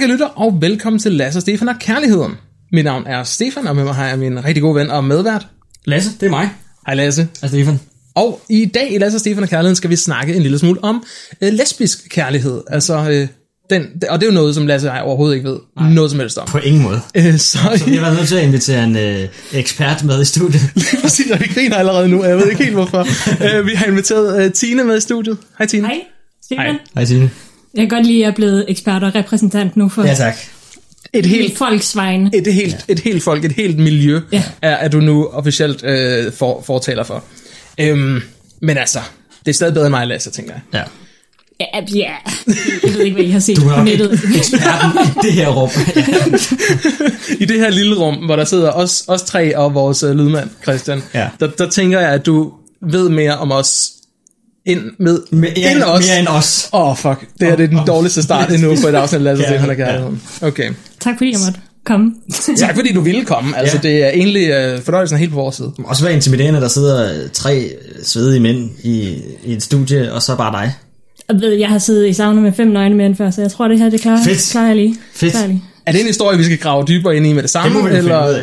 kære lytter, og velkommen til Lasse og Stefan og Kærligheden. Mit navn er Stefan, og med mig har jeg min rigtig gode ven og medvært. Lasse, det er mig. Hej Lasse. Hej Stefan. Og i dag i Lasse og Stefan og Kærligheden skal vi snakke en lille smule om lesbisk kærlighed. Altså, og det er jo noget, som Lasse og jeg overhovedet ikke ved noget som helst om. På ingen måde. Så vi har været nødt til at invitere en ekspert med i studiet. Præcis, og vi griner allerede nu, og jeg ved ikke helt hvorfor. Vi har inviteret Tine med i studiet. Hej Tine. Hej Stefan. Hej Tine. Jeg kan godt lide, at jeg er blevet ekspert og repræsentant nu for et helt folks vegne. Et helt folk, et helt miljø er du nu officielt fortaler for. Men altså, det er stadig bedre end mig, Lasse, tænker jeg. Ja. Ja, jeg ved ikke, hvad I har set på nettet. Du er eksperten i det her rum. I det her lille rum, hvor der sidder os tre og vores lydmand, Christian, der tænker jeg, at du ved mere om os end os. Mere end os. Fuck. Det er den dårligste start endnu på et afsnit af Lasse og Stefan og Kærligheden. Okay. Tak fordi jeg måtte komme. Tak fordi du ville komme. Altså, det er egentlig fornøjelsen helt på vores side. Også være intimiderende, der sidder 3 svedige mænd i et studie, og så bare dig. Jeg har siddet i sauna med 5 nøgne mænd før, så jeg tror, det her, det klarer jeg lige. Fedt. Er det en historie, vi skal grave dybere ind i med det samme? Det må vi eller?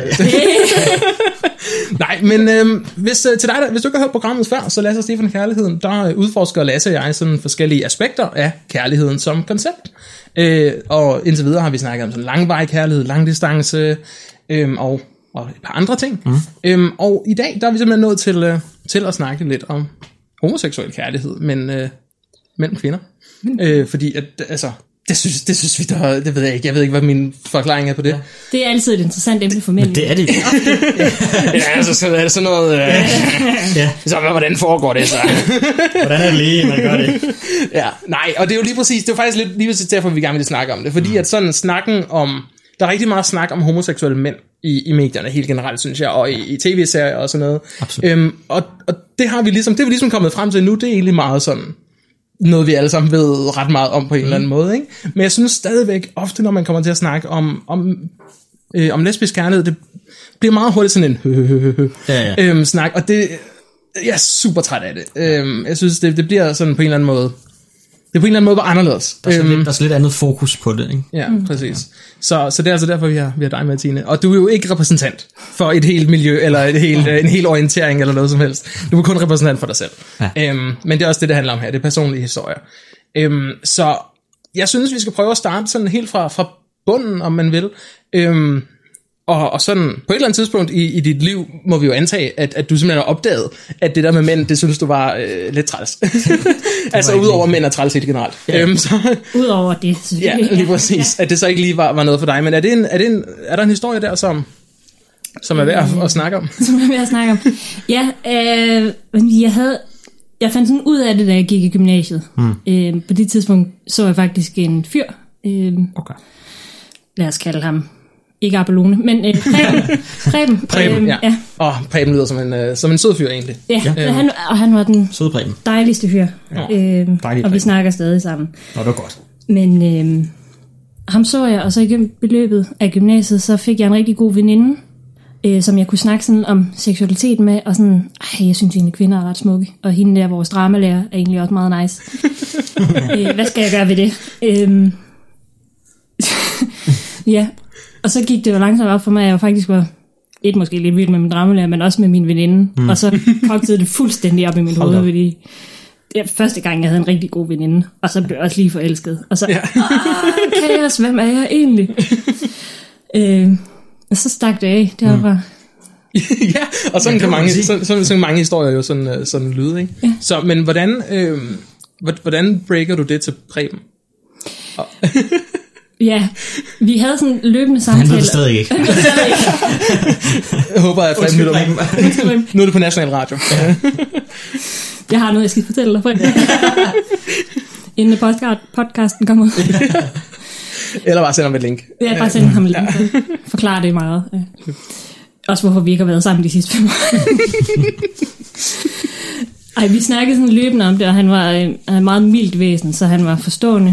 Nej, men hvis du ikke har hørt programmet før, så Lasse og Stefan og Kærligheden, der udforsker Lasse og jeg sådan forskellige aspekter af kærligheden som koncept. Og indtil videre har vi snakket om sådan langvarig kærlighed, langdistance og et par andre ting. Og i dag, der er vi simpelthen nået til at snakke lidt om homoseksuel kærlighed, men mellem kvinder. Fordi at, altså, det synes vi der, det ved jeg ikke. Jeg ved ikke, hvad min forklaring er på det. Det er altid et interessant emne for mænd. Men det er det. Ja, altså, så er det sådan noget... Så hvordan foregår det så? Hvordan er det lige, man gør det? Ja, nej, og det er jo lige præcis, det er faktisk lige præcis derfor, vi gerne vil snakke om det. Fordi at sådan snakken om... Der er rigtig meget snak om homoseksuelle mænd i medierne, helt generelt, synes jeg, og i tv-serier og sådan noget. Absolut. Og det har vi ligesom kommet frem til nu, det er egentlig meget sådan... noget vi alle sammen ved ret meget om på en eller anden måde, ikke? Men jeg synes stadigvæk ofte, når man kommer til at snakke om lesbisk kærlighed, det bliver meget hurtigt sådan en snak, og det jeg er super træt af det. Jeg synes det bliver sådan på en eller anden måde. Det er på en eller anden måde bare anderledes. Der er så lidt andet fokus på det, ikke? Ja, præcis. Så det er altså derfor, vi har dig med, Tine. Og du er jo ikke repræsentant for et helt miljø, eller en hel orientering, eller noget som helst. Du er kun repræsentant for dig selv. Ja. Men det er også det handler om her. Det er personlige historier. Så jeg synes, vi skal prøve at starte sådan helt fra bunden, om man vil. Og sådan, på et eller andet tidspunkt i dit liv, må vi jo antage, at du simpelthen har opdaget, at det der med mænd, det synes du var lidt træls. Altså udover mænd er træls helt generelt. Udover det, selvfølgelig. Ja, lige præcis. Ja. At det så ikke lige var noget for dig. Men er der en historie der, som er værd at snakke om? Som er værd at snakke om. Ja, jeg fandt sådan ud af det, da jeg gik i gymnasiet. På det tidspunkt så jeg faktisk en fyr. Okay. Lad os kalde ham. Ikke Abelone, men Preben. Ja. Preben lyder som en sød fyr egentlig. Ja, han var den dejligste fyr. Og vi snakker stadig sammen. Nå, det var godt. Men ham så jeg, og så igennem beløbet af gymnasiet, så fik jeg en rigtig god veninde, som jeg kunne snakke sådan om seksualitet med, og sådan, jeg synes egentlig, kvinder er ret smukke, og hende der, vores dramalærer, er egentlig også meget nice. Hvad skal jeg gøre ved det? Ja. Og så gik det jo langsomt op for mig, at jeg faktisk var måske lidt vild med min dramalærer, men også med min veninde. Og så kogtede det fuldstændig op i mit hoved, fordi det var første gang, jeg havde en rigtig god veninde. Og så blev jeg også lige forelsket. Og så, kaos, hvem er jeg egentlig? Og så stak det af derfra. Ja, og sådan kan mange historier jo sådan lyde, ikke? Ja. Så, men hvordan breaker du det til Preben? Ja, vi havde sådan løbende samtaler. Han ved det stadig ikke. Jeg håber, at Preben lytter. Nu er det på National Radio. Ja. Jeg har noget, jeg skal fortælle dig, Preben. Inden podcasten kommer ud. Eller bare send ham et link. Ja, bare send ham et link. Forklar det meget. Ja. Også hvorfor vi ikke har været sammen de sidste 5 år. Vi snakkede sådan løbende om det, og han var en meget mildt væsen, så han var forstående.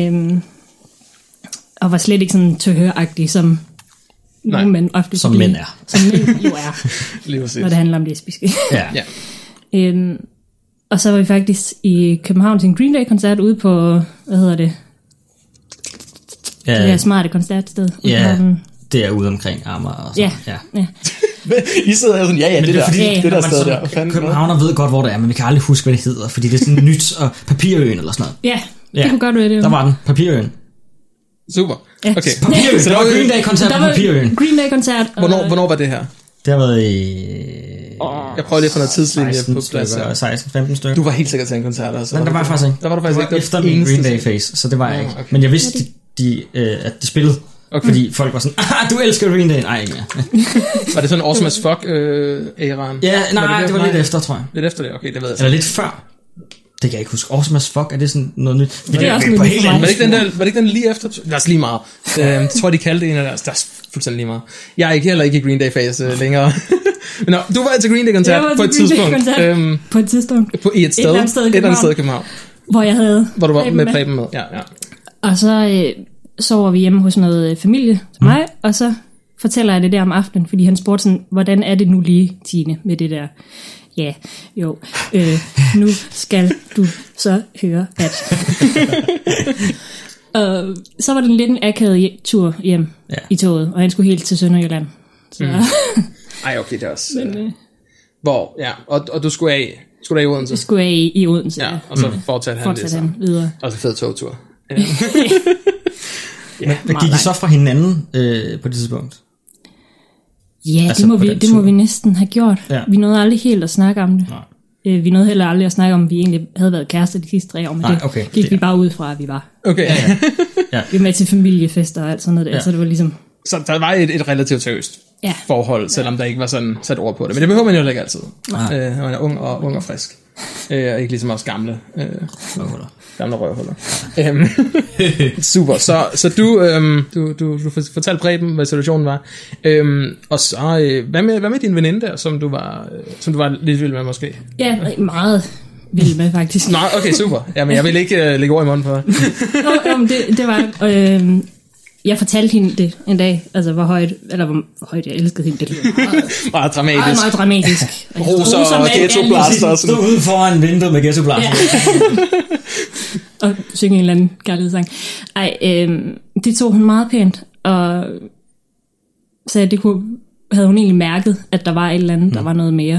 Og var slet ikke sådan tøhøragtig, som nogle mænd ofte som mænd er. Som mænd jo er, når det handler om lesbiske. Ja. Og så var vi faktisk i København til en Green Day-koncert ude på, Det er smarte koncertsted. Ja, det er ude omkring Amager og så. Ja. I sidder jo sådan, ja, det der, fordi, det der sted der. Københavner ved godt, hvor det er, men vi kan aldrig huske, hvad det hedder, fordi det er sådan nyt og Papirøen eller sådan noget. Ja, det kunne godt være det. Der var den, Papirøen. Super. Okay. Papirøen, så der var Green Day-koncert på Papirøen. Green Day-koncert. Hvornår var det her? Det har været i... Jeg prøver lige at få noget tidslinje på plads. 16-15 stykker. Du var helt sikkert til en koncert. Altså. Men der var faktisk ikke. Der var du faktisk ikke. Efter min Green Day-face, så det var jeg ikke. Okay. Men jeg vidste, at de spillede. Okay. Fordi folk var sådan, du elsker Green Day. Nej, ikke mere. Var det sådan Awesome as Fuck-æraen? Ja, nej, det var lidt efter, tror jeg. Lidt efter det, okay, det ved jeg. Eller lidt før. Det kan jeg ikke huske. Awesome as Fuck, er det sådan noget nyt? Det er også på helt andet. Var det ikke den lige efter? Det er også lige meget. Jeg tror, de kaldte en af deres. Det er fuldstændig lige meget. Jeg er heller ikke i Green Day-fase længere. Nå, du var til Green Day-koncert på et tidspunkt. På et tidspunkt. I et eller andet sted i København. Hvor du var med Preben med. Ja. Og så sover vi hjemme hos noget familie til mig, og så fortæller jeg det der om aftenen, fordi han spurgte sådan, hvordan er det nu lige, Tine, med det der? Ja, jo, nu skal du så høre, at... Og så var det en lidt en akavet tur hjem i toget, og han skulle helt til Sønderjylland. Så... Ej, okay, det er også... Hvor, ja, og du skulle af i Odense? Jeg skulle af i Odense, ja. Og så fortsatte han videre. Og så fed togtur. Ja, men gik I så fra hinanden på det tidspunkt? Ja, altså, det må vi næsten have gjort. Ja. Vi nåede aldrig helt at snakke om det. Vi nåede heller aldrig at snakke om, at vi egentlig havde været kærester de sidste 3 år, men det gik vi bare ud fra, at vi var. Okay. Ja. Vi var med til familiefester og alt sådan noget der, så det var ligesom... Så der var et relativt seriøst forhold, selvom der ikke var sådan sat ord på det. Men det behøver man jo ikke altid. Når man er ung og frisk. Og ikke ligesom også gamle røvhuller. Super. Så du fortalte Preben, hvad situationen var. Og så, hvad med din veninde der, som du var lidt vild med måske? Ja, meget vild med faktisk. Nej, okay, super. Jamen, jeg vil ikke lægge ord i munden på dig. det var... Jeg fortalte hende det en dag, altså hvor højt jeg elskede hende. Det lyder meget dramatisk. Meget dramatisk. Roser og ghettoblaster. Stod ude foran vinduet med ghettoblaster. Og synge en eller anden kærlighedssang. Det tog hun meget pænt, og så havde hun egentlig mærket, at der var et eller andet, der var noget mere.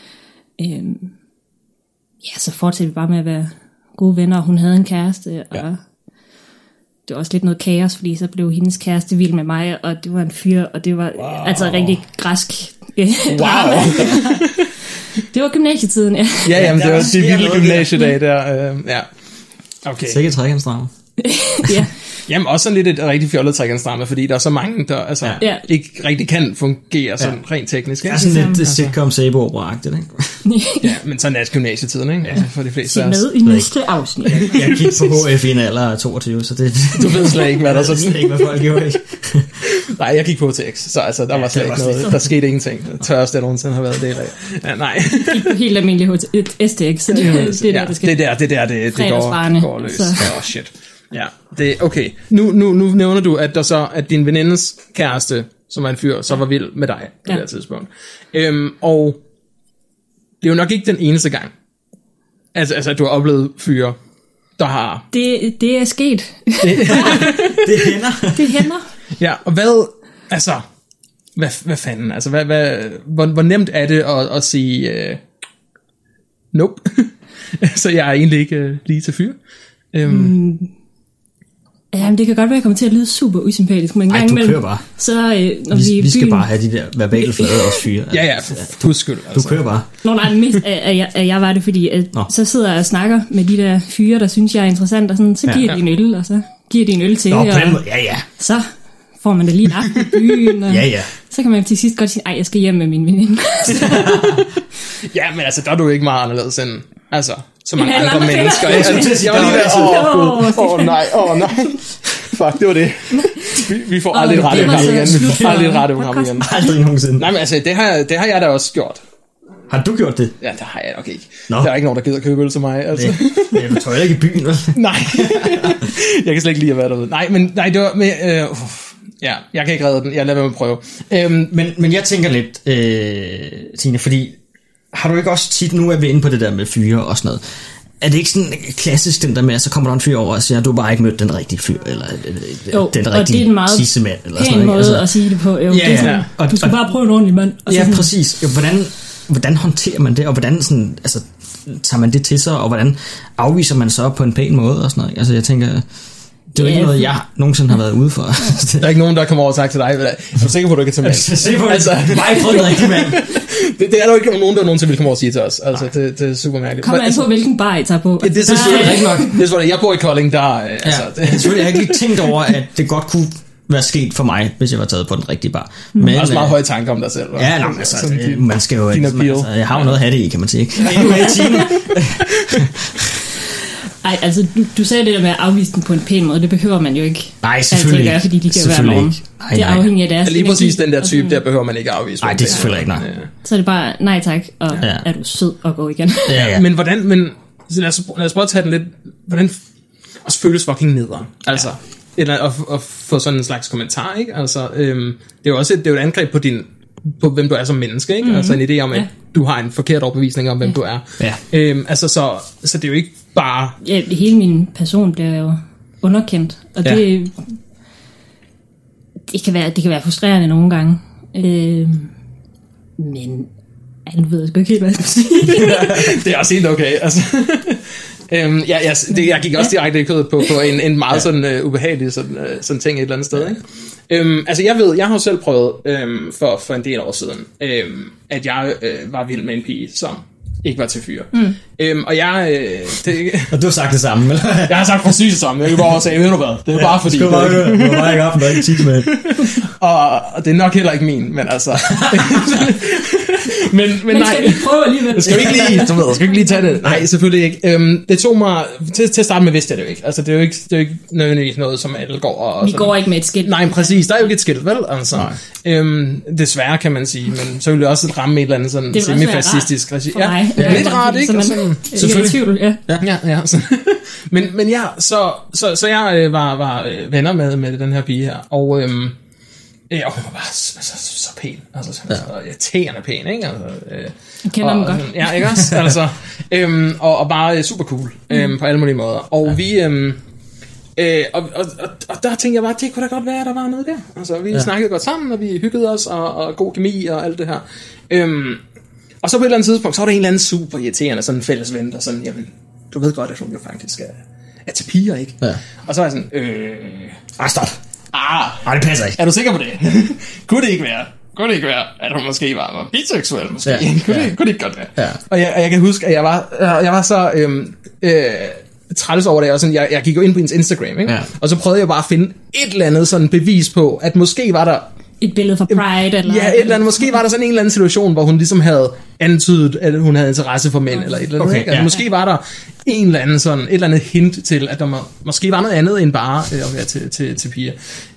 Så fortsatte vi bare med at være gode venner, og hun havde en kæreste, og det var også lidt noget kaos, fordi så blev hendes kæreste vild med mig, og det var en fyr, og det var altså rigtig græsk. Wow! Det var gymnasietiden, ja. Ja, jamen, det var de vilde gymnasiedag der. Ja. Okay. Sikkert trekantsdrama. Ja. Jamen også sådan lidt et rigtig fjollet trekantsdrama, fordi der er så mange, der ikke rigtig kan fungere sådan rent teknisk. Det er sådan lidt sitcom Sabo-opera-agtigt, ikke? Ja, men sådan er gymnasietiden, ikke? Ja. For de fleste af os. Med i næste afsnit. Jeg kiggede på HF i en alder af 22, så det... Du ved slet ikke, hvad der sådan... Jeg ved ikke, hvad folk gjorde, ikke? Nej, jeg gik på HTX, så altså, der var slet ikke noget. Der skete ingenting. Det tørreste, jeg nogensinde har været del af. Ja, nej. Helt almindelig STX, så det er der, det går løs. Shit. Ja, det er okay. Nu nævner du, at der så at din venindes kæreste, som er en fyr, så var vild med dig på det her tidspunkt. Og det er jo nok ikke den eneste gang, altså at du har oplevet fyre, der har... Det er sket. Det hænder. Det hænder. Ja, og hvad fanden? Altså, hvor nemt er det at sige nope? Så jeg er egentlig ikke lige til fyr. Jamen, det kan godt være, at jeg kommer til at lyde super usympatisk, men en gang imellem... kører bare. Så, når vi skal bare have de der verbale flade også fyre. Ja, skyld. Altså. Du kører bare. Nej, mest at jeg var det, fordi så sidder jeg og snakker med de der fyre, der synes, jeg er interessant, og sådan, så giver de en øl, og så giver de en øl til. Nå, på den måde, ja. Så får man da lige en aften i byen, og så kan man til sidst godt sige, jeg skal hjem med min veninde. Ja, men altså, der er du ikke meget anderledes end... Altså, så mange andre mennesker. Jeg var lige nej. Fuck, det var det. Vi får aldrig et radioprogram igen. Aldrig nogensinde. Nej, men altså, det har jeg da også gjort. Har du gjort det? Ja, det har jeg nok ikke. Der er ikke nogen, der gider købe øl til mig. Altså. Jeg tror ikke i byen, vel? Nej. Jeg kan slet ikke lide at være derude. Nej, det var med... ja, jeg kan ikke redde den. Jeg lader være med at prøve. Men jeg tænker lidt, Tine, fordi... Har du ikke også tit, nu er vi inde på det der med fyre og sådan noget, er det ikke sådan klassisk den der med, at så kommer der en fyr over og siger, at du bare ikke mødt den rigtige fyr, eller den rigtige tissemand, eller sådan noget. Måde altså, at sige det på. Jo, det er sådan, du skal bare prøve en ordentlig mand. Ja, sådan, præcis. Jo, hvordan håndterer man det, og hvordan sådan, altså, tager man det til sig, og hvordan afviser man så på en pæn måde, og sådan noget. Altså, jeg tænker, det er jo ikke noget, jeg nogensinde har været ude for. Der er ikke nogen, der kommer over og sagt til dig, er du sikker på, at du ikke kan tage med? Sikker på, at du bare ikke prøvet en rigtig mand. Det er der jo ikke nogen, der nogensinde vil komme over og sige til os. Altså, det er super mærkeligt. Kommer an på, hvilken bar I tager på. Det er selvfølgelig ikke nok. Det er selvfølgelig, jeg bor i Kolding, der... Altså, det er selvfølgelig, jeg har ikke tænkt over, at det godt kunne være sket for mig, hvis jeg var taget på den rigtige bar. Men også meget høje tanker om dig selv. Ja, nej, altså, man skal jo... Altså, jeg har jo noget at have det i, kan man sige. Ej, altså, du sagde det der med at afvise den på en pæn måde, det behøver man jo ikke. Nej, selvfølgelig ikke. Fordi de kan være nogen. Det er afhængigt af deres. Ja, lige præcis den der type, der behøver man ikke afvise. Nej, det er selvfølgelig ikke, nej. Så er det bare, nej tak, og er du sød og gå igen. Ja. Men hvordan, så lad os prøve at tage den lidt, hvordan også føles fucking nederen. Altså, at få sådan en slags kommentar, ikke? Altså, det er jo også et angreb på hvem du er som menneske, ikke? Altså en idé om, at du har en forkert overbevisning om, hvem du er. Ja. Altså, så det er jo ikke bare... Ja, hele min person bliver jo underkendt, og det kan være frustrerende nogle gange. Men nu ved jeg sgu ikke helt, hvad jeg skal sige. Det er også helt okay, altså. Jeg gik også direkte i kødet på en meget sådan ubehagelig sådan ting et eller andet sted, ikke? Altså jeg har jo selv prøvet for en del år siden, at jeg var vild med en pige, som ikke var til fyre. Og og du har sagt det samme, eller? Jeg har sagt præcis det samme. Jeg kan bare sige, ved du hvad, det er bare fordi... Du har bare ikke haft en rigtig tit med. Og det er nok heller ikke min, men altså... men nej. Skal vi prøve alligevel? Skal vi ikke lige tage det? Nej, selvfølgelig ikke. Det tog mig... Til at starte med vidste jeg det jo ikke. Altså, det er jo ikke nødvendigvis noget, som alle går og... Vi går ikke med et skilt. Nej, præcis. Der er jo ikke et skilt, vel? Altså. Desværre kan man sige, men så vil det også ramme et eller andet sådan semifascistisk regi. Ja, lidt rart, ikke? Selvfølgelig. Ja. Men ja, så jeg var venner med den her pige her, og hun var bare så pæn, altså så irriterende pæn, ikke? Altså, jeg kender dem godt. Ja, ikke også? Altså, og bare super cool på alle mulige måder. Og vi... og der tænkte jeg bare, det kunne da godt være, at der var noget der. Altså, vi snakkede godt sammen, og vi hyggede os, og god kemi og alt det her. Og så på et eller andet tidspunkt, så var der en eller anden super irriterende, sådan en fælles ven, der sådan, jamen, du ved godt, at hun jo faktisk er til piger, ikke? Ja. Og så var jeg sådan, stop. Det passer ikke. Er du sikker på det? Kunne det ikke være, at hun måske var biseksuel, måske? Ja. Kunne det ikke godt være? Ja. Og jeg kan huske, at jeg var så træls over det, og sådan, jeg gik jo ind på hendes Instagram, ikke? Ja. Og så prøvede jeg bare at finde et eller andet sådan bevis på, at måske var der et billede fra Pride, eller... Ja, et eller andet. Måske var der sådan en eller anden situation, hvor hun ligesom havde antydet, at hun havde interesse for mænd, eller et eller andet. Okay, altså, måske var der en eller anden sådan, et eller andet hint til, at der måske var noget andet end bare at være til piger.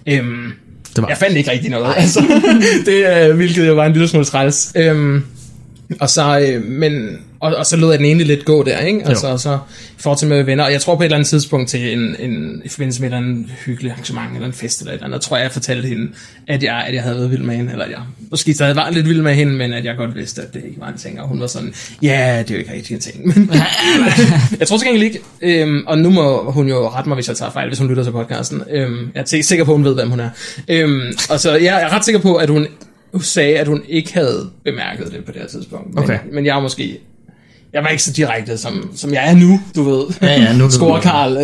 Jeg fandt ikke rigtig noget, altså. Hvilket jo var en lille smule træls. Og så, og så lod jeg den egentlig lidt gå der, ikke? Altså, og så fortsætte med venner. Og jeg tror på et eller andet tidspunkt til i forbindelse med et eller andet hyggeligt arrangement, eller en fest eller et eller andet, tror jeg fortalte hende, at jeg havde været vild med hende, eller jeg måske stadig var lidt vild med hende, men at jeg godt vidste, at det ikke var en ting. Og hun var sådan, ja, det er jo ikke rigtig en ting. Men jeg tror så egentlig ikke, og nu må hun jo rette mig, hvis jeg tager fejl, hvis hun lytter til podcasten. Jeg er sikker på, at hun ved, hvem hun er. Og så jeg er ret sikker på, at hun sagde, at hun ikke havde bemærket det på det her tidspunkt. Men jeg var ikke så direkte, som jeg er nu, du ved. Nu Score Karl.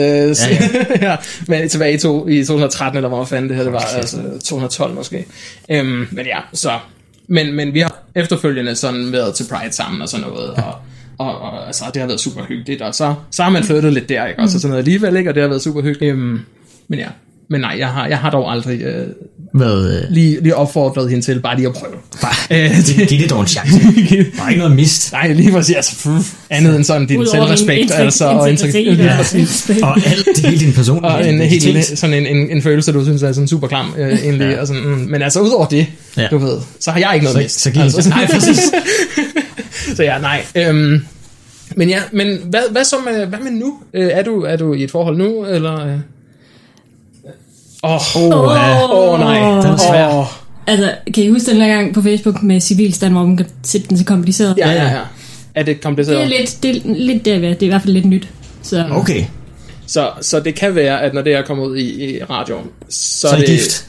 Men tilbage i 2013, eller hvor fanden det her, det var, altså 212 måske. Men ja, så... Men vi har efterfølgende sådan været til Pride sammen og sådan noget, og altså, det har været super hyggeligt, og så har man flyttet lidt der, ikke? Og så sådan noget alligevel, ikke? Og det har været super hyggeligt. Men ja. Men nej, jeg har dog aldrig lige opfordret hende til bare lige at prøve. Giv det dog en chance. Der er ikke noget mist. Nej, lige præcis. Altså, andet end sådan din selvrespekt. Og integritet. Og alt det hele din person. Og en følelse, du synes er sådan super klam egentlig. Og sådan, men altså, udover det, du ved, så har jeg ikke noget mist. Så giv det. Nej, præcis. Så ja, nej. Men hvad med nu? Er du i et forhold nu, eller... nej, den er svær. Altså, kan I huske den gang på Facebook med civilstand, hvor man kan sætte den så kompliceret? Ja. Er det kompliceret? Det er lidt der, det er i hvert fald lidt nyt. Så. Okay. Så det kan være, at når det er kommet ud i radioen, så er det gift.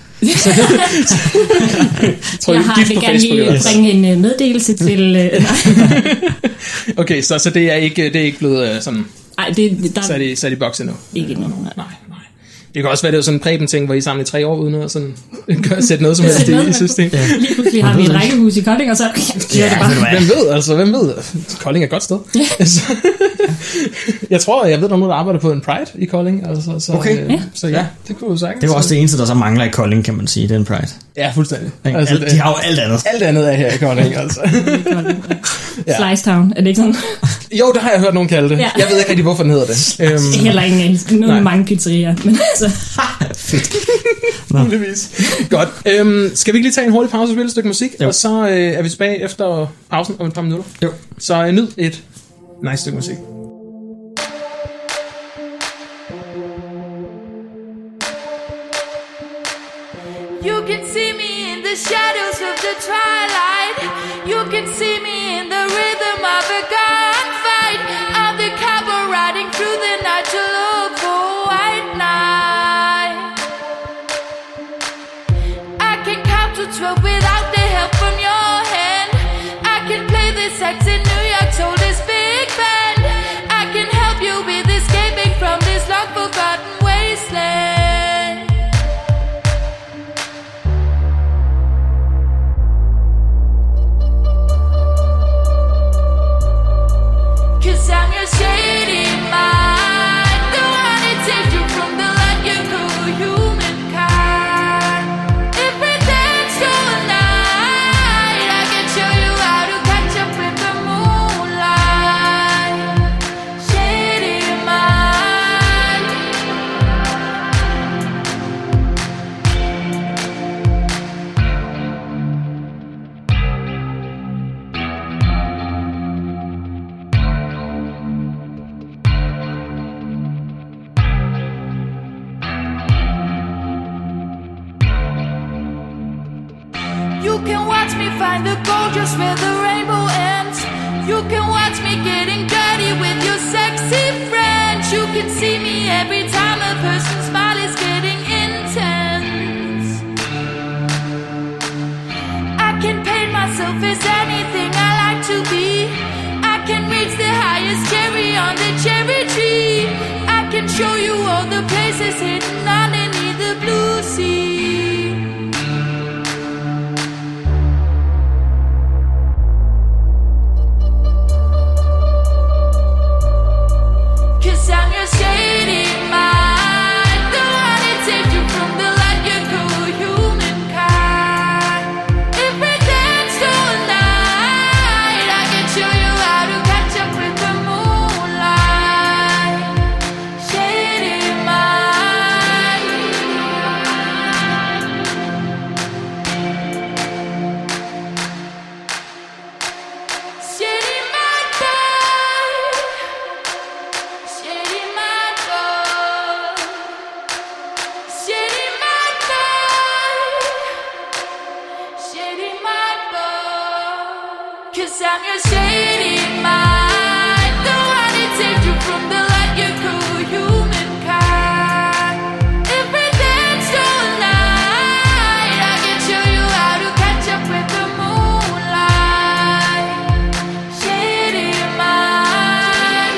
Jeg vil gerne lige bringe en meddelelse til... Okay, så det er ikke blevet sådan... Nej, så er de bokset nu? Ikke endnu. Nej. Det kan også være, det er sådan en Preben-ting, hvor I samler i 3 år uden at sådan, sætte noget som helst i system. Ja. Lige pludselig har vi et rækkehus i Kolding, og så gør det bare. Hvem ved? Kolding er et godt sted. Ja. Jeg ved, der er nogen, der arbejder på en Pride i Kolding. Altså, okay. Så ja, det kunne jo sagtens. Det er jo også det eneste, der så mangler i Kolding, kan man sige, det er en Pride. Ja, fuldstændig. Altså, de har jo alt andet. Alt andet er her i Kolding, altså. Slicetown, er det ikke sådan? Jo, det har jeg hørt nogen kalde det. Ja. Jeg ved ikke rigtig, hvorfor den hedder det. Heller ingen med mange pizzerier, men altså... Fedt. Muligvis. Godt. Skal vi ikke lige tage en hurtig pause og spille et stykke musik? Jo. Og så er vi tilbage efter pausen om et par minutter. Jo. Så nyd et nice stykke musik. You can see me in the shadows of the twilight. You can see me in the rhythm of a gunfight. I'm the cowboy riding through the night to look for a white knight. I can count to 12 without the help from your hand. I can play the sax in New York's oldest big band. I can help you with escaping from this long forgotten wasteland. Cause I'm your shady mind, the one that takes you from the light you call humankind. If we dance all night, I can show you how to catch up with the moonlight. Shady mind. You can watch me find the gold just where the rainbow ends. You can watch me getting dirty with your sexy friends. You can see me every time a person's smile is getting intense. I can paint myself as anything I like to be. I can reach the highest cherry on the cherry tree. I can show you all the places hidden underneath the blue sea. Cause I'm your shady mind, the one that takes you from the light you call humankind. If we dance all night, I can show you how to catch up with the moonlight. Shady mind. Shady mind boy. Shady mind boy. Shady mind boy. Shady mind boy. Cause I'm your shady mind, the one that takes you from the light you call humankind. If we dance all night, I can show you how to catch up with the moonlight. Shady mind.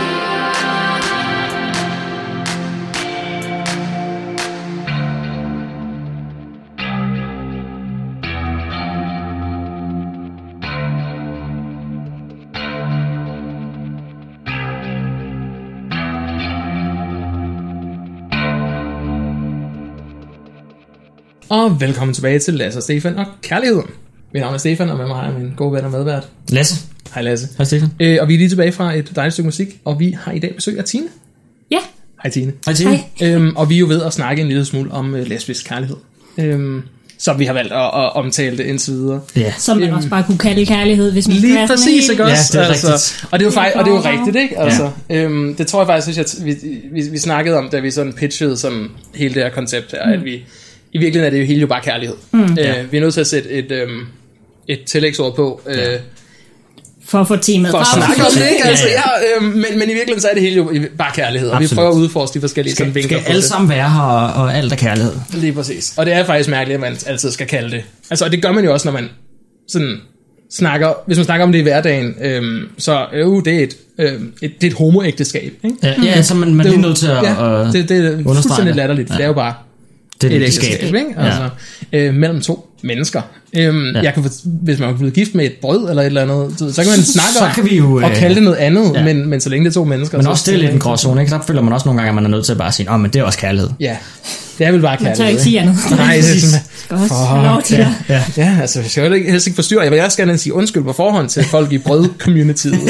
Og velkommen tilbage til Lasse og Stefan og Kærligheden. Mit navn er Stefan, og med mig har jeg min gode ven og medvært. Lasse. Hej Lasse. Hej Stefan. Og vi er lige tilbage fra et dejligt stykke musik, og vi har i dag besøg af Tine. Ja. Hej Tine. Hej Tine. Hej. Og vi er jo ved at snakke en lille smule om lesbisk kærlighed. Så vi har valgt at omtale det indtil videre. Ja. Som man også bare kunne kalde kærlighed, hvis man Lige præcis, ikke også? Ja, det er rigtigt. Og det er jo faktisk, og det er jo rigtigt, ikke? Altså, det tror jeg faktisk, at vi snakkede om, da vi sådan pitchede sådan hele det her koncept her, at vi i virkeligheden er det jo hele jo bare kærlighed. Vi er nødt til at sætte et tillægsord på. for at få temaet for at frem. snakke om det, ikke? Altså, men i virkeligheden så er det hele jo bare kærlighed, og vi prøver at udforske de forskellige sådan vinkler. Skal alle sammen være her, og alt er kærlighed. Lige præcis. Og det er faktisk mærkeligt, at man altid skal kalde det. Altså, og det gør man jo også, når man sådan snakker, hvis man snakker om det i hverdagen, så det er et homoægteskab, ikke? Ja, så man er lige nødt til at det er fuldstændig latterligt, for det er jo bare det er et ægteskab, ikke? Altså, mellem to mennesker. Jeg kan, hvis man er blevet gift med et brød eller et eller andet, så kan man snakke om og kalde det noget andet, men så længe det er to mennesker. Men også det er lidt en gråzone, ikke? Så føler man også nogle gange, at man er nødt til at bare sige, men det er også kærlighed. Ja, det er vel bare kærlighed. Man tør ikke sige andet. Nej, det er sådan, skal også have lov til det. Ja, altså, jeg skal jo helst ikke forstyrre. Jeg vil også gerne sige undskyld på forhånd til folk i brød-communityet.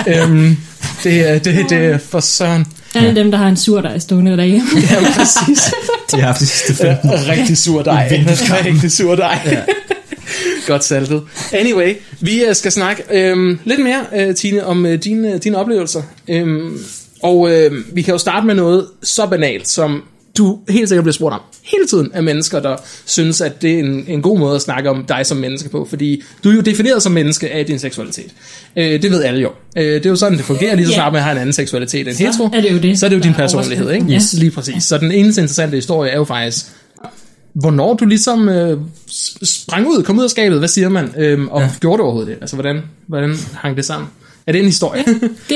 Det er for søren. Alle dem, der har en surdej stående derhjemme. Ja, præcis. De har haft de sidste 15 år. Rigtig surdej. Rigtig surdej. Godt saltet. Anyway, vi skal snakke lidt mere, Tine, om dine oplevelser. Og vi kan jo starte med noget så banalt, som du helt sikkert bliver spurgt om hele tiden af mennesker, der synes, at det er en god måde at snakke om dig som menneske på, fordi du er jo defineret som menneske af din seksualitet. Det ved alle jo. Det er jo sådan, det fungerer, lige så snart man har en anden seksualitet end hetero. Er det jo det, så er det jo din personlighed, ikke? Yes. Lige præcis. Så den eneste interessante historie er jo faktisk, hvornår du ligesom sprang ud, kom ud af skabet, hvad siger man, og gjorde det overhovedet det? Altså, hvordan hang det sammen? Er det en historie?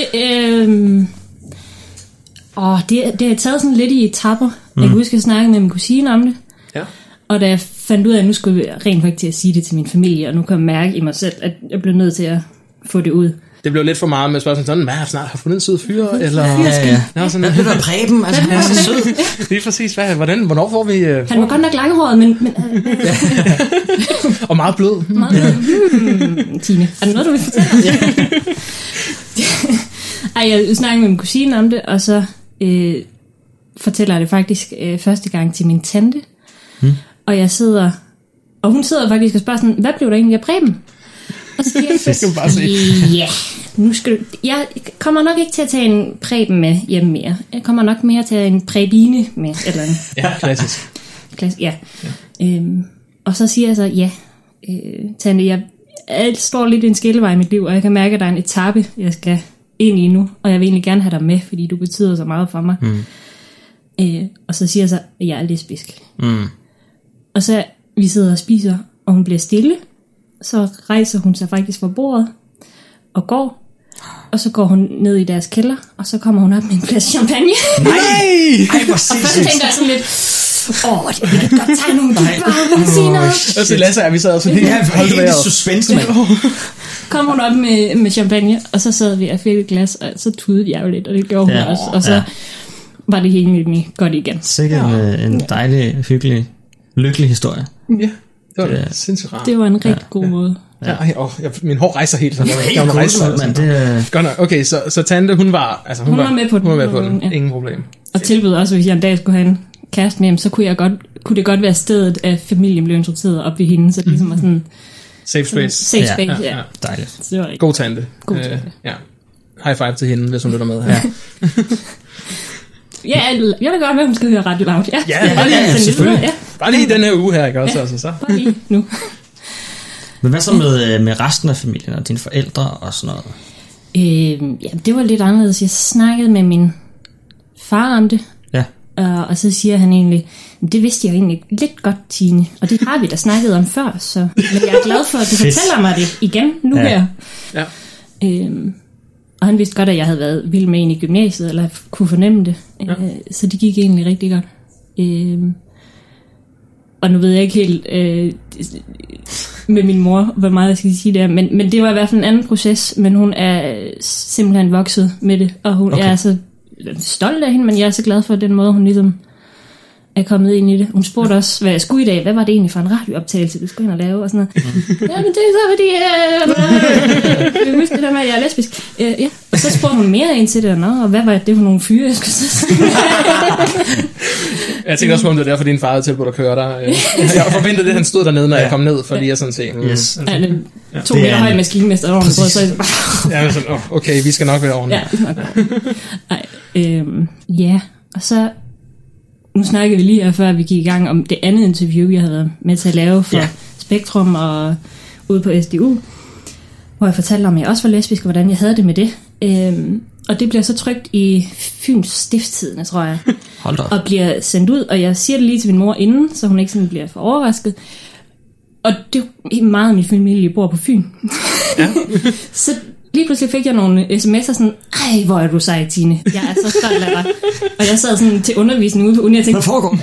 Det er taget sådan lidt i etapper. Jeg kan huske, at jeg snakkede med min kusine om det. Ja. Og da jeg fandt ud af, at nu skulle jeg rent faktisk til at sige det til min familie, og nu kan jeg mærke i mig selv, at jeg blev nødt til at få det ud. Det blev lidt for meget med spørgsmålet sådan, hvad har snart har fundet en sød fyr? Eller sådan, hvad bliver der Preben? Altså, han er så sød. Lige præcis. Hvornår får vi... Han var godt nok langhåret, men og meget blød. Tine, er det noget, du vil fortælle? Jeg snakkede med min kusine om det, og så fortæller jeg det faktisk første gang til min tante. Og jeg sidder, og hun sidder faktisk og spørger sådan, hvad blev der egentlig af Preben? Og så siger jeg, nu skal du, jeg kommer nok ikke til at tage en Preben med hjemme mere. Jeg kommer nok mere til at tage en Prebine med, eller andet. Ja, klassisk. Ja. Og så siger jeg så, tante, jeg står lidt i en skillevej i mit liv, og jeg kan mærke, at der er en etape, jeg skal ind i nu, og jeg vil egentlig gerne have dig med, fordi du betyder så meget for mig. Og så siger jeg så, at jeg er lesbisk. Og så vi sidder og spiser, og hun bliver stille, så rejser hun sig faktisk fra bordet og går, og så går hun ned i deres kælder, og så kommer hun op med en flaske champagne. Nej! Ej, hvor og først tænker jeg sådan lidt, vi kan godt tage nogle dybe sige noget. Og så Lasse er vi sad også helt suspense, mand. Kom hun op med champagne, og så sad vi og fik et glas, og så tudede jeg jo lidt, og det gjorde hun også, og så var det egentlig godt igen. Sikkert en dejlig, hyggelig, lykkelig historie. Ja, det var sindssygt rart. Det var en rigtig god måde. Ja, min hår rejser helt sådan. Godt nok. Okay, så tante, hun var med på den. Ja. Ingen problem. Og tilbød også, hvis jeg en dag skulle have en kæreste med, så kunne det godt være stedet, at familien blev introduceret op ved hende, så det ligesom var sådan safe space. Safe space, ja. Dejligt. Det var rigtig god tante. Ja. High five til hende, hvis hun lytter med her. Ja, jeg vil godt med, at hun skal høre Radio Loud. Ja, selvfølgelig. Bare lige den her uge her, ikke også? Altså, så. Bare lige nu. Men hvad så med resten af familien og dine forældre og sådan noget? Det var lidt anderledes. Jeg snakkede med min far om det. Ja. Og så siger han egentlig, det vidste jeg egentlig lidt godt, Tine. Og det har vi da snakket om før, så men jeg er glad for, at du fortæller mig det igen nu her. Ja. Og han vidste godt, at jeg havde været vild med en i gymnasiet, eller kunne fornemme det. Ja. Så det gik egentlig rigtig godt. Og nu ved jeg ikke helt med min mor, hvor meget jeg skal sige det, men det var i hvert fald en anden proces, men hun er simpelthen vokset med det, og jeg er så stolt af hende, men jeg er så glad for den måde, hun ligesom er kommet ind i det. Hun spurgte også, hvad jeg skulle i dag, hvad var det egentlig for en radiooptagelse, du skulle ind og lave, og sådan noget. Ja, men det er så fordi, jeg husker det der med, at jeg er lesbisk. Ja. Og så spurgte hun mere ind til det, og hvad var det for nogle fyre, jeg skulle sige. Jeg tænkte også på, om det var derfor, din far havde tilbudt at køre dig. Jeg forventede det, han stod dernede, når jeg kom ned, fordi jeg sådan set... Yes. 2 meter høj maskinmester over, så jeg bare... Ja, sådan, okay, vi skal nok være ordentligt. Ja, vi skal nok være. Ja, og så... Nu snakkede vi lige her, før vi gik i gang om det andet interview, jeg havde været med til at lave for Spektrum og ude på SDU. hvor jeg fortalte om, at jeg også var lesbisk, og hvordan jeg havde det med det. Og det bliver så trykt i Fyns Stiftstidende, tror jeg. Hold da. Og bliver sendt ud, og jeg siger det lige til min mor inden, så hun ikke sådan bliver for overrasket. Og det er meget af min familie bor på Fyn. Ja. Så lige pludselig fik jeg nogle sms'er sådan, ej, hvor er du sej, Tine. Jeg er så stolt af dig. Og jeg sad sådan til undervisning ude på uni, og jeg tænkte, hvad foregår?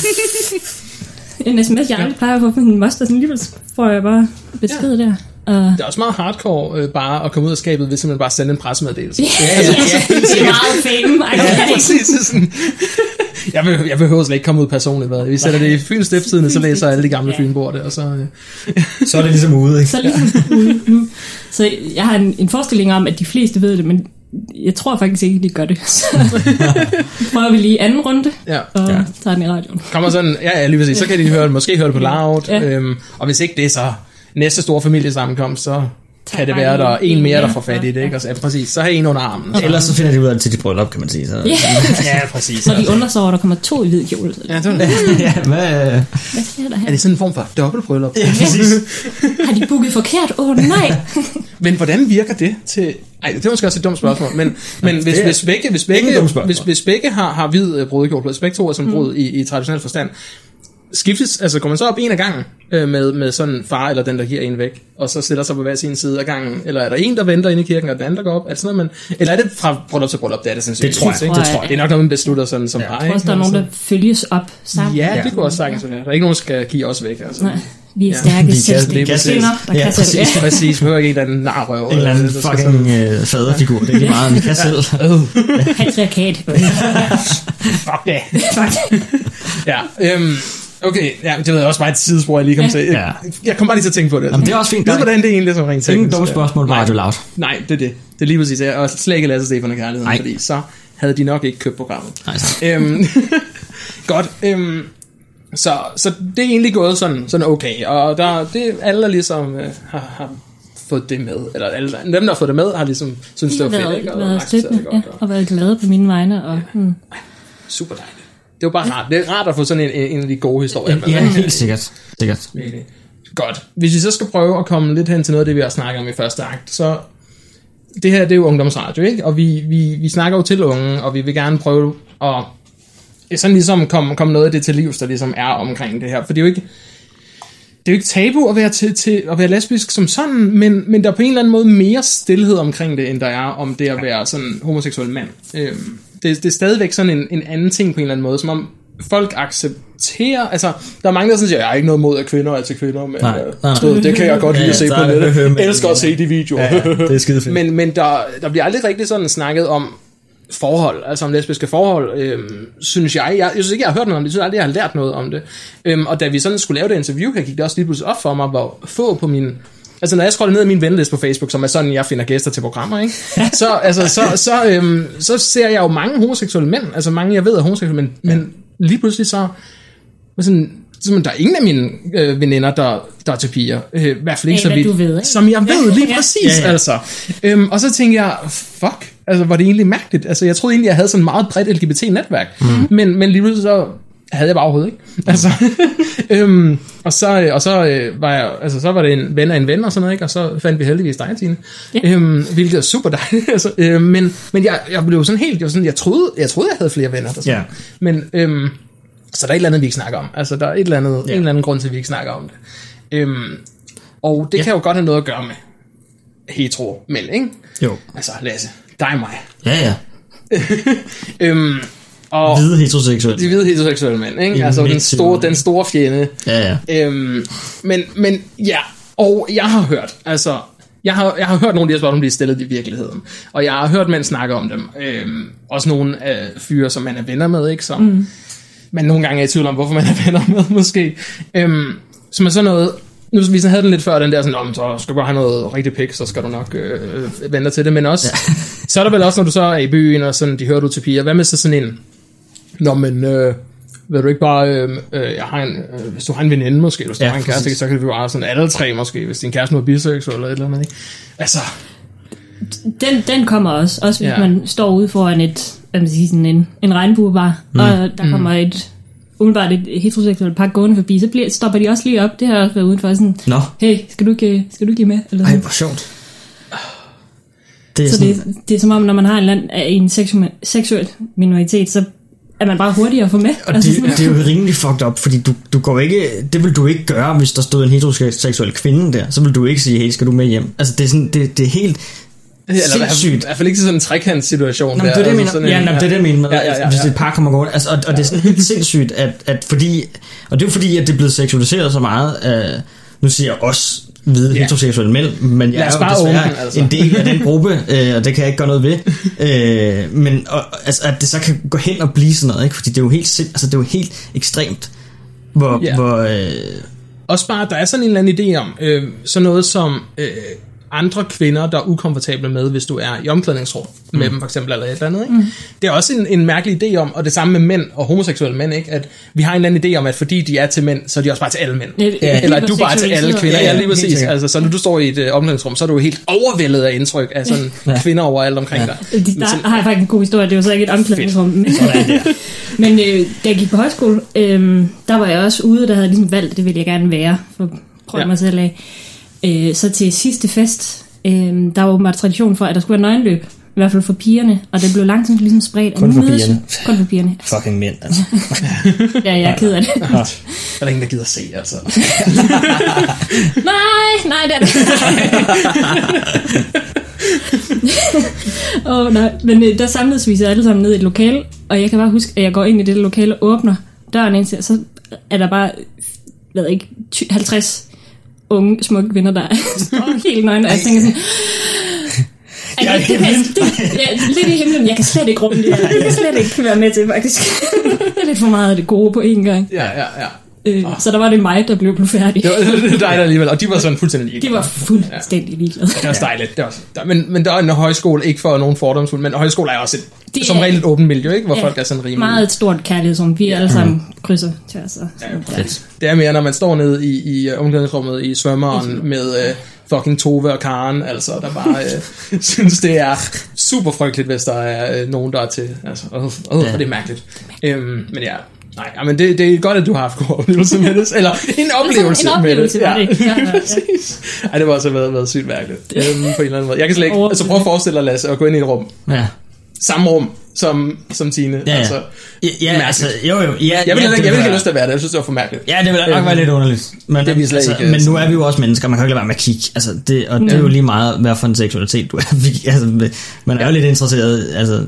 En sms, jeg aldrig plejer at få fra min moster, sådan lige får jeg bare besked der. Det er også meget hardcore bare at komme ud af skabet, hvis man bare sender en pressemeddelelse. Det er meget fame. Ja, præcis. Sådan. Jeg behøver slet ikke komme ud personligt. Hvad? Vi sætter det i Fyns Stiftstidende, så læser alle de gamle fynboer det, og så... Så er det ligesom ude, ikke? Så er det ligesom ude nu. Så jeg har en forestilling om, at de fleste ved det, men jeg tror faktisk ikke, de gør det. Så prøver vi lige anden runde, og tager den i radioen. Kommer sådan, lige præcis. Så kan de måske høre det på loud. Og hvis ikke det, så næste store familiesammenkomst, så kan det være, der er en mere, der får fat i det, ikke? Og så, præcis, så har en under armen. Så. Ellers så finder de ud af det til de bryllup, kan man sige. Så. Ja, præcis. Så de undrer sig over, der kommer 2 i hvid kjole. Ja, det er hvad sker der her? Er det sådan en form for dobbeltbryllup? Ja, præcis. Har de booket forkert? Nej. Men hvordan virker det til... Ej, det er måske også et dumt spørgsmål, men hvis begge har hvid brudekjole, hvis begge to er sådan brud i traditionel forstand, skiftes, altså går man så op en af gangen med sådan far eller den, der giver en væk, og så stiller sig på hver sin side af gangen, eller er der en, der venter inde i kirken, og den anden, der går op? Er det sådan noget, eller er det fra bryllup til bryllup? Det er det sandsynligt. Det tror jeg. Det er nok noget, man beslutter sådan som par. Jeg tror også, der er nogen, der følges op sammen. Ja, det kunne også sagtens være. Der er ikke nogen, der skal give os væk. Altså. Nej. Vi er stærke selvstændige kvinder, der kan selv. Præcis, vi hører ikke en eller anden narrøv. En eller anden fucking faderfigur, det er ikke meget, vi kan selv. Patriarkat. Fuck det. Ja, okay, ja, det var også bare et sidespor, jeg lige kom til. Jeg kom bare lige til at tænke på det. Jamen, det er også fint. Ved hvordan det er egentlig, som rent teknisk. Ingen dumme spørgsmål på Radio Loud. Nej, det er det. Det er lige præcis. Jeg har slet ikke Lasse Stefan og kærligheden, fordi så havde de nok ikke købt programmet. Nej, godt. Så det er egentlig gået sådan okay, og det alle ligesom har fået det med, eller alle, dem der har fået det med har ligesom synes det var fedt, ikke? Og været glade på mine vegne og super dejligt. Det var bare rart. Det er rart at få sådan en af de gode historier. Ja, helt sikkert. Godt. Hvis vi så skal prøve at komme lidt hen til noget af det, vi har snakket om i første akt, så det her, det er jo ungdomsradio, ikke? Og vi snakker jo til unge, og vi vil gerne prøve at sådan ligesom komme noget af det til livs, der ligesom er omkring det her. For det er jo ikke tabu at være at være lesbisk som sådan, men der er på en eller anden måde mere stilhed omkring det, end der er om det at være sådan homoseksuel mand. Det er stadigvæk sådan en anden ting på en eller anden måde, som om folk accepterer, altså der er mange der siger, jeg har ikke noget mod at kvinder er til kvinder, men nej. Det kan jeg godt lide at se på nettet. Jeg elsker at se de videoer. Ja, det er skide fedt. Men der bliver aldrig rigtig sådan snakket om forhold, altså om lesbiske forhold, synes jeg synes ikke, jeg har hørt noget om det, jeg synes aldrig, jeg har lært noget om det. Og da vi sådan skulle lave det interview her, gik det også lige pludselig op for mig, hvor få på min... Altså når jeg scroller ned i min venteliste på Facebook, som er sådan, jeg finder gæster til programmer, ikke? Så ser jeg jo mange homoseksuelle mænd, altså mange, jeg ved er homoseksuelle mænd, men lige pludselig så sådan, der er ingen af mine veninder, der er til piger. I hvert fald ikke så vidt. Ved, som jeg ved lige præcis, altså. Og så tænkte jeg, fuck, altså var det egentlig mærkeligt? Altså jeg troede egentlig, jeg havde sådan meget bredt LGBT-netværk, men lige pludselig så havde jeg bare overhovedet ikke. Altså, og så var jeg, altså så var det en ven af en ven og sådan noget, ikke? Og så fandt vi heldigvis dig, Tine. Hvilket er super dejligt. Altså, men jeg blev sådan helt, jeg troede, jeg havde flere venner. Der, sådan. Men så der er et eller andet, vi ikke snakker om. Altså der er en eller anden grund til, at vi ikke snakker om det. Og det kan jo godt have noget at gøre med hetero mænd, ikke? Jo. Altså Lasse, dig og mig. Ja. Og hvide heteroseksuelle. De hvide heteroseksuelle mænd, ikke? Altså den store fjende. Ja. Men ja, og jeg har hørt, altså jeg har hørt nogle af de her spørgsmål blive stillet i virkeligheden, og jeg har hørt mænd snakke om dem. Også nogle af fyre, som man er venner med, ikke? Som man nogle gange er i tvivl om, hvorfor man er venner med, måske. Som er sådan noget. Nu vi havde den lidt før, den der sådan, så skal du bare have noget rigtig pik, så skal du nok vente til det, men også, så er der vel også, når du så er i byen, og sådan, de hører du til piger, hvad med så sådan en, vil du ikke bare, hvis du har en veninde måske, hvis du har en kæreste, så kan det jo bare sådan alle tre måske, hvis din kæreste nu er biseksuel eller et eller andet, ikke? Altså. Den kommer også hvis man står ude foran sådan en regnbuebar, og der kommer umiddelbart et heteroseksuelt par gående forbi, så stopper de også lige op. Det har også været udenfor sådan, hey, skal du ikke med? Eller ej, hvor sjovt. Det er så sådan, det er som om, når man har en seksuel minoritet, så er man bare hurtigere at få med. og det er jo rimelig fucked up, fordi du går ikke, det vil du ikke gøre, hvis der stod en heteroseksuel kvinde der, så vil du ikke sige, hey, skal du med hjem? Altså det er sådan, det er helt sindssygt. I hvert fald ikke sådan en trekantssituation. Nå, det er det, jeg mener. Det er det, jeg mener med, hvis det er et par kommer gående. Altså, og det er sådan helt sindssygt, at fordi, og det er jo fordi, at det er blevet seksualiseret så meget, nu siger jeg også hvide heteroseksuelle mænd, men jeg er jo desværre en del af den gruppe, og det kan jeg ikke gøre noget ved. Men altså, at det så kan gå hen og blive sådan noget, ikke? Fordi det er jo helt, altså, det er jo helt ekstremt, hvor også bare, der er sådan en eller anden idé om, sådan noget som andre kvinder, der er ukomfortable med, hvis du er i omklædningsrum med dem, for eksempel, eller et eller andet, ikke? Det er også en mærkelig idé om, og det samme med mænd og homoseksuelle mænd, ikke? At vi har en eller anden idé om, at fordi de er til mænd, så er de også bare til alle mænd. Eller at du bare er til alle kvinder. Ja, lige præcis. Altså, så når du står i et omklædningsrum, så er du helt overvældet af indtryk af sådan kvinder overalt omkring dig. Der har jeg faktisk en god historie, det var så ikke et omklædningsrum. Men da jeg gik på højskole, der var jeg også ude, der havde ligesom valgt, det ville jeg gerne være, for at prøve mig selv af. Så til sidste fest, der var åbenbart tradition for, at der skulle være nøgenløb. I hvert fald for pigerne. Og det blev langsomt ligesom spredt. Kun for pigerne. Kun for pigerne. Fucking mænd, altså. Ja, jeg er ked af det. Der er ingen, der gider se, altså. nej, det er det. Nej. Men der samledes vi så alle sammen ned i et lokale. Og jeg kan bare huske, at jeg går ind i det lokale og åbner døren ind til, så er der bare, 50 unge, smukke kvinder, der står helt nøgne, og jeg tænker sådan, lidt i himlen, jeg kan slet ikke rumme det her, jeg kan slet ikke være med til, faktisk. Det er lidt for meget af det gode på én gang. Ja. Så der var det mig, der blev færdig. Det var dig der alligevel, og de var sådan fuldstændig ligeglade. De var fuldstændig ligeglade. Det var også dejligt. Men der er en højskole, ikke for nogen fordomsfuld, men højskole er også som regel et åbent miljø, ikke? Hvor folk er sådan rimelig. Meget et stort kærlighedsrum, vi alle sammen krydser tværs. Det er mere, når man står nede i omklædningsrummet i svømmeren med fucking Tove og Karen, altså, der bare synes, det er super frygteligt, hvis der er nogen, der er til. Altså, og det er mærkeligt. Men ja. Nej, men det er godt, at du har haft god oplevelse med det. Eller en oplevelse med det. Ja, præcis. Ej, det var også været sygt mærkeligt. På en eller anden måde. Jeg kan slet ikke... Altså prøv at forestille dig, Lasse, at gå ind i et rum. Ja. Samme rum som Tine. Ja, altså, altså, jo. Ja, jeg vil ikke have lyst til at være det. Jeg synes, det var for mærkeligt. Ja, det vil nok være lidt underligt. Men, det slet ikke, men nu er vi jo også mennesker. Man kan jo ikke lade være med at kigge. Altså, det er jo lige meget, hvad for en seksualitet du er. Altså, man er jo lidt interesseret altså,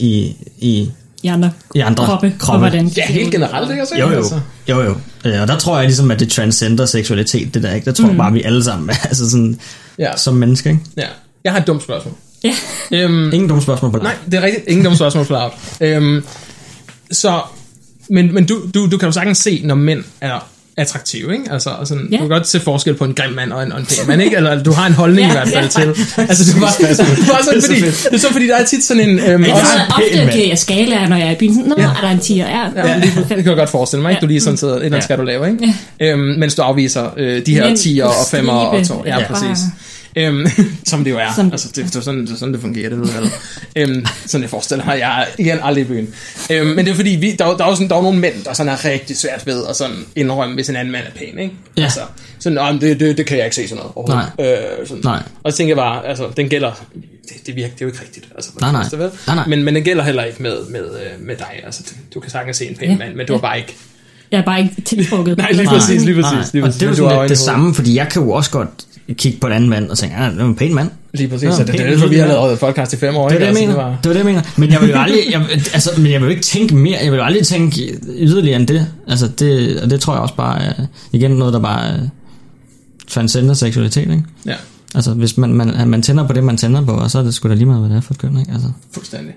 i andre kroppe. Ja, helt generelt, ikke? Jo. Og der tror jeg ligesom, at det transcender seksualitet, det der, ikke? Der tror jeg bare, vi alle sammen er altså sådan, som mennesker, ikke? Ja. Jeg har et dumt spørgsmål. Ja. Ingen dumme spørgsmål på dig. Nej, det er rigtigt. Ingen dumme spørgsmål på dig. Så, men du kan jo sagtens se, når mænd er attraktive, ikke? Altså, sådan, du kan godt se forskel på en grim mand og en pæn mand, ikke? Eller du har en holdning i hvert fald til. Altså, du bare sådan, fordi, det er så fordi, der er tit sådan en... ofte kan jeg skala, når jeg er i byen. Nå, er der en 10'er? Ja, det kan jeg godt forestille mig, ikke? Du lige sådan sidder, et eller andet skal du lave, ikke? Mens du afviser de her 10'er og 5'er og 2'er. Ja, præcis. Som det jo er. Altså, det er sådan, det fungerer, det ved jeg. Sådan jeg forestiller mig, jeg er igen aldrig i byen. Men det er fordi, der er nogle mænd, der sådan er rigtig svært ved at sådan indrømme, hvis en anden mand er pæn, ikke? Ja. Altså, sådan, det kan jeg ikke se sådan noget overhovedet. Nej. Og så tænker jeg bare, altså, den gælder, det er jo ikke rigtigt. Altså, nej. Men den gælder heller ikke med dig. Altså, du kan sagtens se en pæn mand, men du er bare ikke... Jeg er bare ikke tiltrukket. Nej, lige præcis. Og det er jo sådan det samme, fordi jeg kan jo også godt kigge på en anden mand og tænke, det er en pæn mand. Lige præcis, så det er derfor, vi har lavet podcast i 5 år. Det er det, jeg mener. Men jeg vil jo aldrig, jeg vil jo ikke tænke mere, jeg vil jo aldrig tænke yderligere end det. Altså, det tror jeg også bare er, igen, noget, der bare transcender seksualitet, ikke? Ja. Altså, hvis man tænder på det, man tænder på, og så er det sgu da lige meget, hvad det er for et køn, ikke? Altså. Fuldstændig.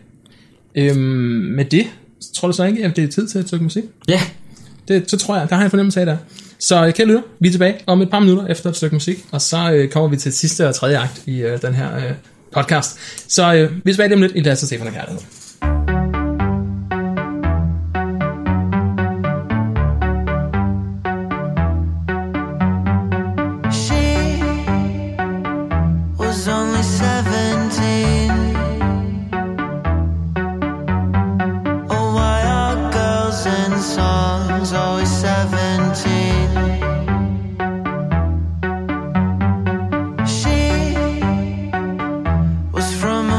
Med det, tror du så ikke, at det er tid til et stykke musik? Ja. Så tror jeg, der har jeg en fornemmelse af det. Så kære lytter, vi er tilbage om et par minutter efter et stykke musik, og så kommer vi til sidste og tredje akt i den her podcast. Så vi er tilbage dem lidt i Lasse og Stefan og Kærlighed. From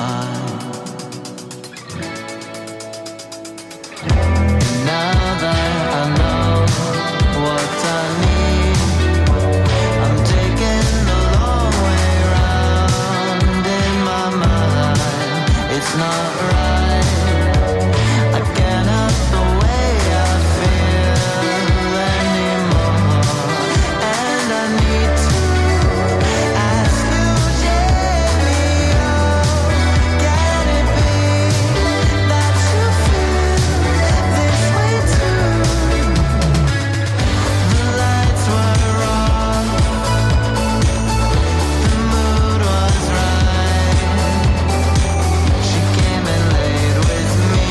mind. Now that I know what I need, I'm taking the long way round in my mind. It's not right, I can't help the way I feel anymore, and I need to ask you gently, can it be that you feel this way too? The lights were wrong, the mood was right. She came and laid with me.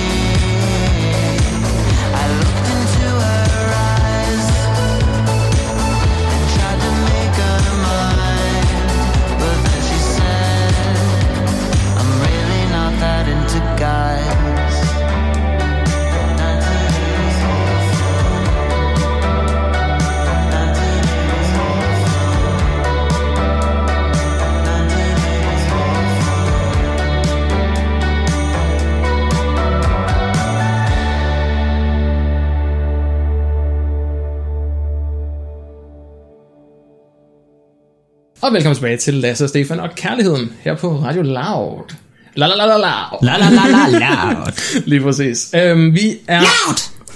I looked into her eyes and tried to make her mine, but then she said, I'm really not that into guys. Og velkommen tilbage til Lasse og Stefan og Kærligheden her på Radio Loud. La la la la la. La la la la loud. Lige præcis. Vi er... Loud!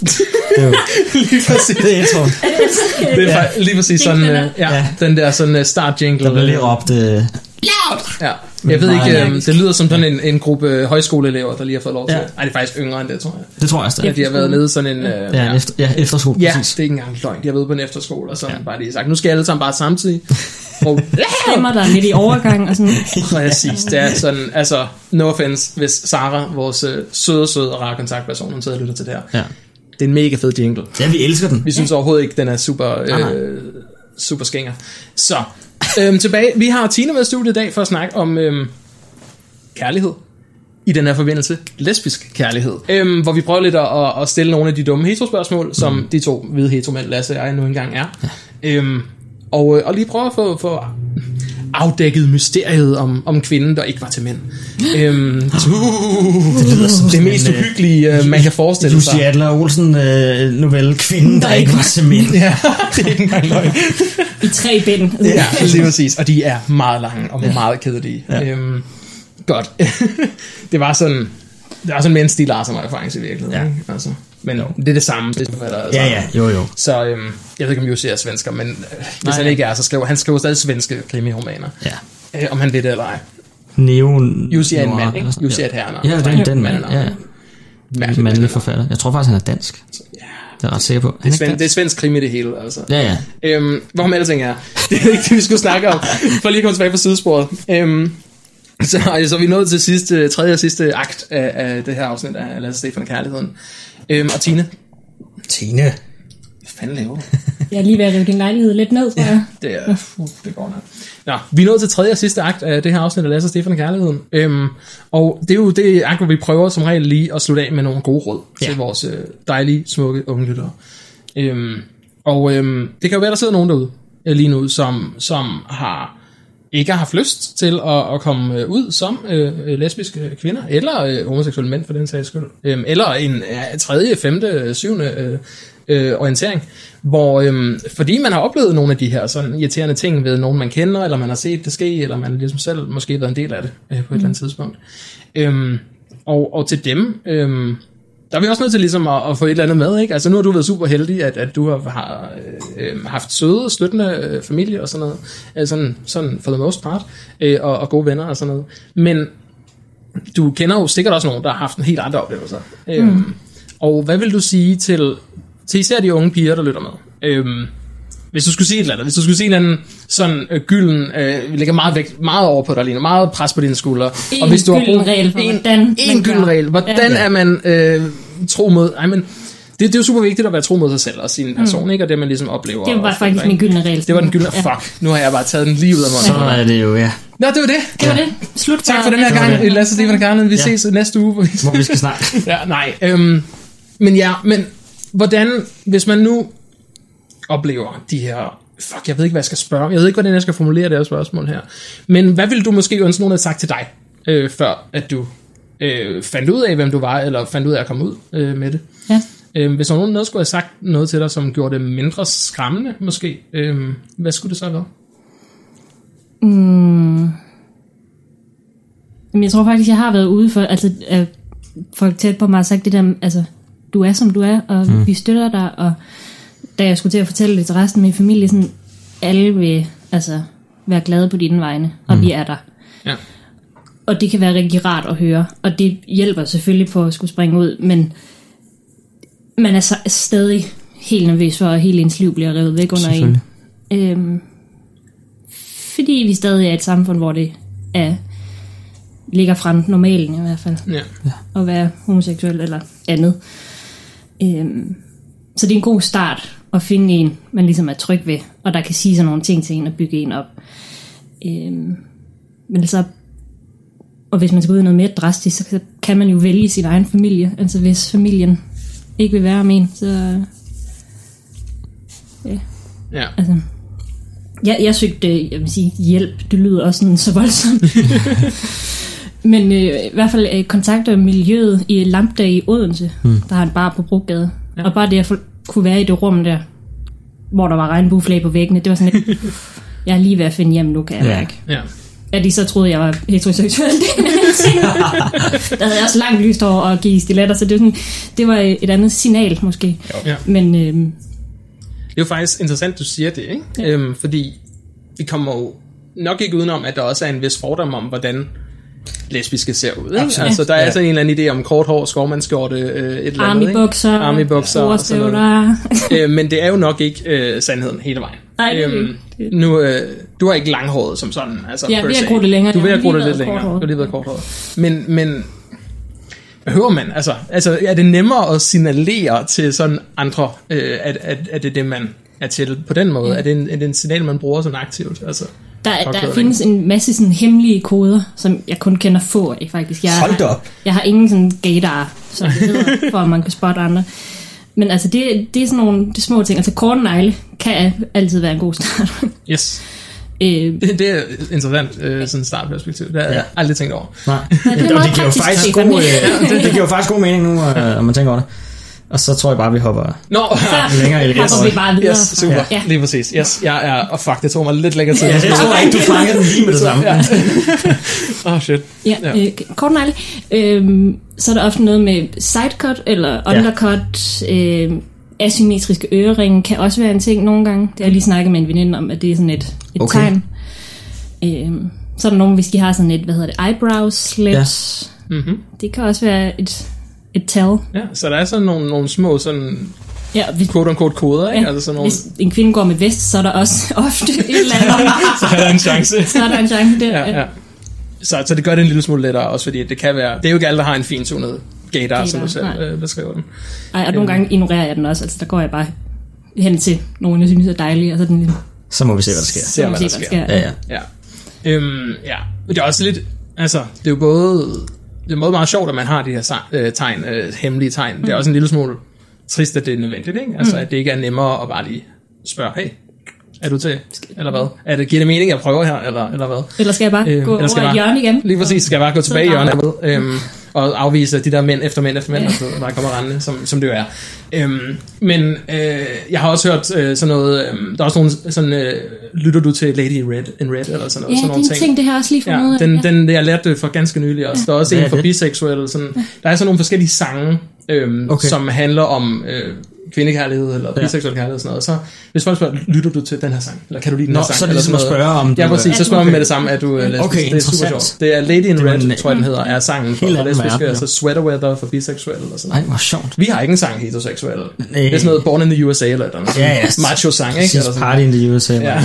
Lige præcis. Det er introen. Det er lige præcis sådan, den der sådan start jingle. Der bliver lige råbt loud! Ja. Jeg ved ikke, det lyder som sådan en gruppe højskoleelever, der lige har fået lov til. Nej, det er faktisk yngre end det, tror jeg. Det tror jeg stadig. De har været nede sådan en... efterskole, ja, præcis. det er ikke engang løgn. De har været på en efterskole, og så bare lige sagt, nu skal alle sammen bare samtidig. Og Stemmer der lidt i overgang og sådan. præcis, det er sådan, altså, no offense, hvis Sarah, vores søde og rare kontaktperson, hun sidder og lytter til det her. Ja. Det er en mega fed jingle. Ja, vi elsker den. Vi synes overhovedet ikke, den er super skænger. Så, tilbage. Vi har Tine med i studiet i dag for at snakke om kærlighed. I den her forbindelse, lesbisk kærlighed. Hvor vi prøver lidt at stille nogle af de dumme heterospørgsmål, som de to hvide heteromænd, Lasse og jeg, nu engang er. Ja. Og lige prøve at få afdækket mysteriet om kvinden, der ikke var til mænd. Det lyder som det mest uhyggelige, man kan forestille sig. Jussi Adler Olsen novelle, Kvinden, der ikke var til mænd. Ja, det er ikke engang løgn. I 3 bind. Ja, lige præcis. Og de er meget lange og meget kedelige. Ja. Godt. Det var sådan mere en Stieg Larsson reference i virkeligheden. Ja. Altså. Men det er det samme. Det er, altså. Ja, jo. Så jeg ved ikke, om Jussi er svensker, men hvis han ikke er, så skriver han stadig svenske krimiromaner. Ja. Om han ved det eller ej. Jussi er en mand, ikke? Jussi er et herrenavn. Ja, det er den mand. Ja. Mandlig forfatter. Jeg tror faktisk, han er dansk. Ja. Det er ret sikker på. Det er svensk krimi det hele, altså. Ja. Hvorom alting er. Det er ikke det, vi skulle snakke om. For lige at komme tilbage på sidesporet. Så er vi nået til tredje og sidste akt af det her afsnit af Lasse Stefan og Kærligheden. Og Tine. Hvad fanden laver du? Jeg er lige ved at rive din lejlighed lidt ned, tror jeg. Det går nok. Nå, vi er nået til tredje og sidste akt af det her afsnit af Lasse Stefan og Kærligheden. Og det er jo det akt, hvor vi prøver som regel lige at slutte af med nogle gode råd til vores dejlige, smukke unge lyttere. Det kan jo være, der sidder nogen derude lige nu, som ikke har haft lyst til at komme ud som lesbiske kvinder, eller homoseksuelle mænd for den sags skyld, eller en tredje, femte, syvende orientering, hvor fordi man har oplevet nogle af de her sådan irriterende ting ved nogen man kender, eller man har set det ske, eller man ligesom selv måske været en del af det på et eller andet tidspunkt. Og til dem, der er vi også nødt til ligesom at få et eller andet med, ikke? Altså nu har du været super heldig, at du har haft søde, støttende familie og sådan noget, sådan for the most part, og gode venner og sådan noget. Men du kender jo sikkert også nogen, der har haft en helt andre oplevelser. Og hvad vil du sige til især de unge piger, der lytter med? Hvis du skulle sige et eller andet, hvis du skulle sige en anden sådan gylden, vi lægger meget over på dig lige nu, meget pres på dine skuldre. Og hvis du har en gylden regel, hvordan er man tro mod, det er jo super vigtigt at være tro mod sig selv og sin person, ikke? Og det man ligesom oplever. Det var faktisk min gyldne regel. Det var den gyldne, fuck, nu har jeg bare taget den lige ud af munden. Så er det jo, ja. Nå, det var det. Det var det. Slut. Tak for den her gang, Lasse Stefan og Kærligheden. Vi ses næste uge. Hvor vi skal snakke. Men hvordan, hvis man nu oplever de her, jeg ved ikke, hvad jeg skal spørge om. Jeg ved ikke, hvordan jeg skal formulere det her spørgsmål her. Men hvad vil du måske ønske, nogen havde sagt til dig? før at du fandt ud af, hvem du var, eller fandt ud af at komme ud med det. Ja. Hvis der nogen skulle have sagt noget til dig, som gjorde det mindre skræmmende, måske, hvad skulle det så være? Men jeg tror faktisk, jeg har været ude for, altså folk tæt på mig har sagt det der, altså du er som du er, og vi støtter dig, og da jeg skulle til at fortælle det til resten af min familie, sådan, alle vil altså være glade på dine vegne, og vi er der. Ja. Og det kan være rigtig rart at høre, og det hjælper selvfølgelig på at skulle springe ud, men man er stadig helt nervøs for, at hele ens liv bliver revet væk under en. Fordi vi stadig er et samfund, hvor det ligger frem normalen i hvert fald. Ja. At være homoseksuel eller andet. Så det er en god start at finde en, man ligesom er tryg ved, og der kan sige sådan nogle ting til en og bygge en op. Men så, og hvis man skal ud i noget mere drastisk, så kan man jo vælge sin egen familie. Altså hvis familien ikke vil være med en, så Ja. Altså, jeg søgte, jeg vil sige, hjælp. Det lyder også sådan så voldsomt. Men i hvert fald kontakter miljøet i Lambda i Odense, der har en bar på Brogade. Ja. Og bare det at kunne være i det rum der, hvor der var regnbueflag på væggene, det var sådan lidt, jeg er lige ved at finde hjem nu, kan jeg mærke. Ja. At de så troede, jeg var heteroseksuel. Der havde jeg også langt lyst hår og give stiletter, så det var et andet signal måske. Ja. Men det er jo faktisk interessant, du siger det, ikke? Ja. Fordi vi kommer jo nok ikke udenom, at der også er en vis fordom om, hvordan lesbiske ser ud. Ikke? Altså, der er altså en eller anden idé om kort hår, skovmandskjorte, et eller andet. Army-bukser og sådan noget. Men det er jo nok ikke sandheden hele vejen. Nej, det er ikke. Nu, du har ikke langhåret som sådan. Altså, ja, vi har gået det længere. Du har gået det lidt længere. Du har lige været korthåret. Men hører man, altså er det nemmere at signalere til sådan andre, at det er det, man er til på den måde? Er det en signal, man bruger sådan aktivt? Altså, der findes en masse sådan hemmelige koder, som jeg kun kender få af faktisk. Hold da op. Jeg har ingen sådan gaydar, som det hedder, for at man kan spotte andre. Men altså, det er sådan nogle små ting. Altså, korte negle kan altid være en god start. Yes. Det er interessant, sådan et startperspektiv. Det har jeg aldrig tænkt over. Nej. Ja, det giver jo faktisk god mening nu, når man tænker over det. Og så tror jeg bare, vi hopper længere i det. Hopper vi bare videre. Yes, super. Ja. Lige præcis. Yes, jeg er... Og fuck, det tog mig lidt længere tid. Ja, det tror jeg ikke, du fangede den lige med det samme. Shit. Ja. Kort negle. Så er der ofte noget med sidecut eller undercut. Asymmetriske øreringe kan også være en ting nogle gange. Det har jeg lige snakket med en veninde om, at det er sådan et tegn. Så er der nogen, hvis de har sådan et, eyebrow slit. Ja. Mm-hmm. Det kan også være et tal. Ja, så der er sådan nogle små sådan quote-unquote koder, ikke? Ja, altså sådan nogle... Hvis en kvinde går med vest, så er der også ofte et eller andet. Så er der en chance. Der. Ja. Så det gør det en lille smule lettere, også fordi det kan være... Det er jo ikke alle, der har en fintunet gaydar, som du selv beskriver den. Ej, og nogle gange ignorerer jeg den også. Altså, der går jeg bare hen til nogen, jeg synes er dejlige, og så den lille... Så må vi se, hvad der sker. Så må vi se, hvad der sker. Ja. Det er også lidt... Altså, det er jo både... Det er meget sjovt, at man har de her tegn, hemmelige tegn. Det er også en lille smule trist, at det er nødvendigt, ikke? Altså, at det ikke er nemmere at bare lige spørge, hey, er du til, eller hvad? Giver det mening, at jeg prøver her, eller hvad? Eller skal jeg bare gå over i hjørnet igen? Lige præcis, skal jeg bare gå tilbage i hjørnet og afvise de der mænd efter mænd, der kommer rendende, som det jo er. Men jeg har også hørt sådan noget, der er også nogle sådan, lytter du til Lady in Red, eller sådan noget? Ja, sådan nogle ting, det har også lige fundet ud af. Den jeg lærte det for ganske nylig også. Der er også en for biseksuelle. Sådan, der er sådan nogle forskellige sange, som handler om kvindekærlighed eller biseksuel kærlighed og sådan noget. Så hvis folk spørger, lytter du til den her sang? Eller kan du lide den her sang? Så er det ligesom at spørge om... Ja, præcis. Så spørger man med det samme, at du lesbisk. Okay, det er super sjovt. Det er Lady in Red, tror jeg den hedder, er sangen for lesbiske, altså Sweater Weather for biseksuelle og sådan noget. Nej, hvor sjovt. Vi har ikke en sang heteroseksuelle. Det er sådan noget Born in the USA eller noget. Ja. Macho sang, ikke? Party in the USA. Ja.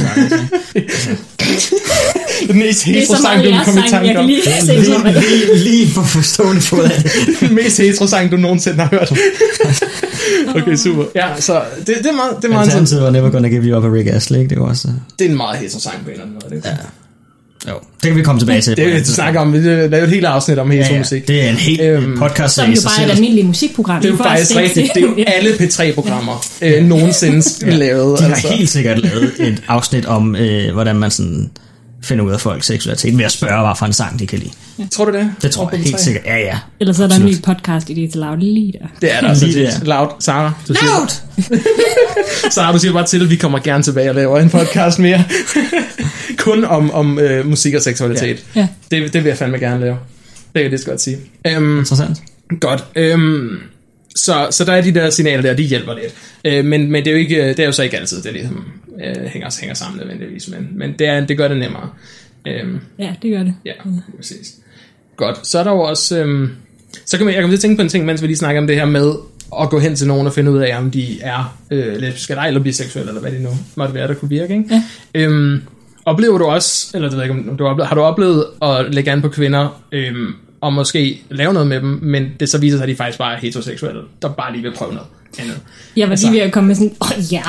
Den mest hetero sang, du kom i tanke om. Lige for forstående fod af det. Den mest hetero sang, du nogensinde har hørt. Okay, super. Ja, så det er meget... Det er meget sådan. Var Never Gonna Give You Up af Rick Astley, ikke? Det var også... Det er en meget hetero sang på en eller anden måde. Det jo, det kan vi komme tilbage til. Det snakker om, vi lavede et helt afsnit om hetero musik. Det er en helt podcast. Som jo bare er et almindeligt musikprogram. Det er jo faktisk rigtigt. Det er jo alle P3-programmer nogensinde lavet. De har helt sikkert lavet et afsnit om, hvordan man sådan finder ud af folks seksualitet ved at spørge, hvad for en sang de kan lide. Ja. Tror du det? Det tror jeg helt sikkert. Ja. Eller så er der en ny podcast i det til Loud lige der. Det er der altså. Lige der. Loud. Sarah, du siger Loud! Sarah, du siger bare til, at vi kommer gerne tilbage og laver en podcast mere. Kun om musik og seksualitet. Ja. Det vil jeg fandme gerne lave. Det kan jeg lige så godt sige. Interessant. Godt. Så der er de der signaler der, de hjælper lidt. Men det er jo ikke, det er jo så ikke altid, det ligesom hænger sammen nødvendigvis. Men det gør det nemmere. Ja, det gør det. Ja, præcis. Godt. Så er der jo også... jeg kan til at tænke på en ting, mens vi lige snakker om det her med at gå hen til nogen og finde ud af, om de er lesbiske eller biseksuelle, eller hvad det nu måtte være, der kunne virke. Ikke? Ja. Oplever du også, eller det ved jeg ikke, om har du oplevet at lægge an på kvinder, og måske lave noget med dem, men det så viser sig, at de faktisk bare er heteroseksuelle, der bare lige vil prøve noget andet. Jeg var lige ved at komme med sådan, ja.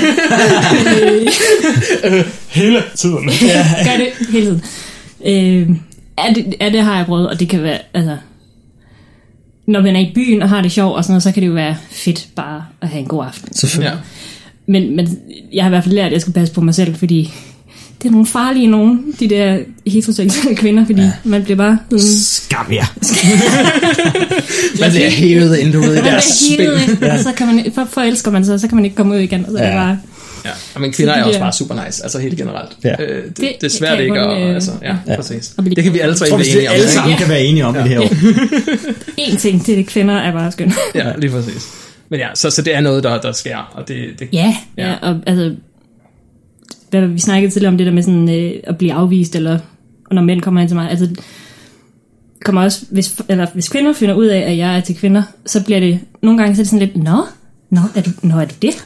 Hele tiden. Ja, gør det hele tiden. Det har jeg prøvet, og det kan være, altså, når man er i byen og har det sjovt og sådan noget, så kan det jo være fedt bare at have en god aften. Selvfølgelig. Ja. Men jeg har i hvert fald lært, at jeg skal passe på mig selv, fordi det er nogle farlige nogen, de der heteroseksuelle kvinder, fordi man bliver bare... Skam jer. Man bliver hævet ind, du ved, i deres spil. Så kan man, forelsker man sig, så kan man ikke komme ud igen, og så er det bare... Ja, men kvinder er også bare super nice, altså helt generelt. Ja. Det er svært ikke at... Altså, præcis. Det kan vi alle tre være enige om. Alle sammen kan være enige om i det her år. En ting til det, kvinder er bare skønt. Ja, lige præcis. Men ja, så det er noget, der sker, og det... Ja, og altså... Vi snakkede tidligere om det der med sådan, at blive afvist, eller når mænd kommer hen til mig. Altså, kommer også, hvis kvinder finder ud af, at jeg er til kvinder, så bliver det nogle gange så er det sådan lidt, er du det?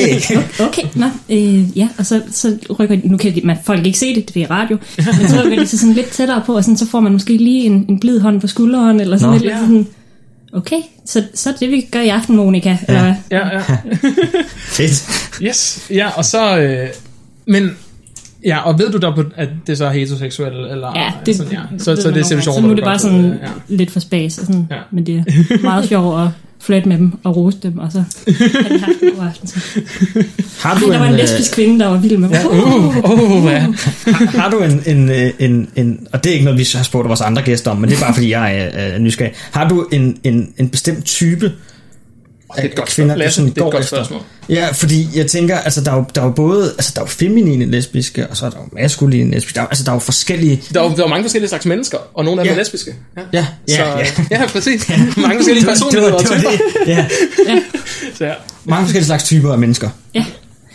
Okay, ja, og så rykker de, nu kan folk ikke se det er radio, men så rykker de så sådan lidt tættere på, og sådan, så får man måske lige en blid hånd på skulderen, eller sådan lidt sådan, okay, så er det vi gør i aften, Monika, eller hvad? Ja. Fedt. Yes, ja, og så... Men, ja, og ved du da på, at det så er heteroseksuelt, eller... Ja, det, sådan, så det er situationen, så nu er det bare sådan lidt for spas, og sådan, men det er meget sjovt at flirte med dem og rose dem, og så har de haft en god aften. Der var en lesbisk kvinde, der var vild med mig. Har du en og det er ikke noget, vi har spurgt vores andre gæster om, men det er bare fordi, jeg er nysgerrig. Har du en bestemt type det er et godt kvinder, det er et godt spørgsmål. Ja, fordi jeg tænker, altså der er jo både, altså der er jo feminine lesbiske, og så er der jo maskuline lesbiske. Der er jo forskellige. Der er mange forskellige slags mennesker, og nogle af dem er lesbiske. Ja, præcis. Mange forskellige personligheder. Det var det. Ja. Så, ja. Mange forskellige slags typer af mennesker. Ja.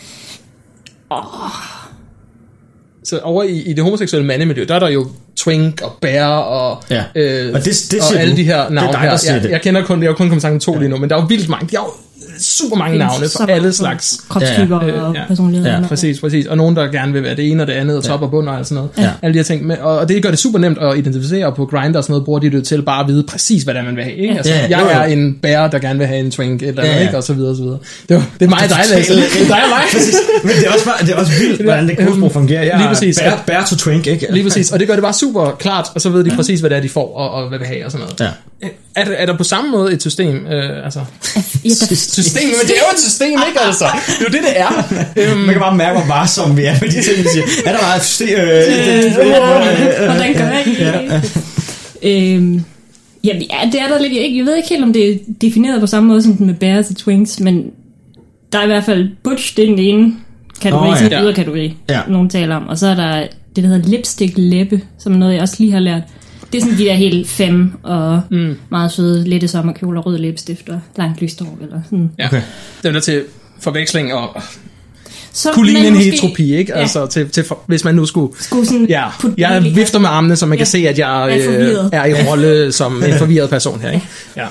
Så over i det homoseksuelle mandemiljø, der er der jo twink og bear og, og, det og alle de her navne her. Jeg kender kun, jeg har kun kommet sammen 2 lige nu, men der er jo vildt mange. De har jo super mange navne for alle slags kropstyper og personligheder. Ja, præcis. Og nogen, der gerne vil være det ene og det andet, og top og bund og sådan noget. Ja. Alle de her ting. Og det gør det super nemt at identificere på Grindr og sådan noget, bruger de det til bare at vide præcis, hvad det er, man vil have. Ikke? Altså, jeg er en bear, der gerne vil have en twink, eller andet, ikke? Og så videre, og så videre. Det er mig og dig, Lasse. Det er dig og mig. Men det er også vildt, hvordan det kodsprog fungerer. Lige præcis. Bear to twink, ikke? Lige præcis. Og det gør det bare super klart, og så ved de præcis, hvad det er, de får, og hvad de vil have, og sådan noget. Ja. Er der på samme måde et system? System, men det er jo et system, ikke altså? Det er jo det er. Man kan bare mærke, hvor varsomme vi er med de ting, vi siger. Er der bare et system? Hvordan gør jeg ikke? Ja, det er der lidt. Jeg ved ikke helt, om det er defineret på samme måde som med bears og twinks, men der er i hvert fald butch, det er den ene kategori, sådan en yderkategori, nogen taler om. Og så er der det, der hedder lipstick-læbe, som er noget, jeg også lige har lært. Det er sådan de der helt femme og meget søde, lette sommerkjoler, rød læbestift og langt lyst hår eller sådan. Ja, okay. Det er der til forveksling og kunne ligne en heteropi, ikke? Ja. Altså til hvis man nu skulle sådan jeg vifter med armene, så man kan se, at jeg er i rolle som en forvirret person her, ikke? Ja.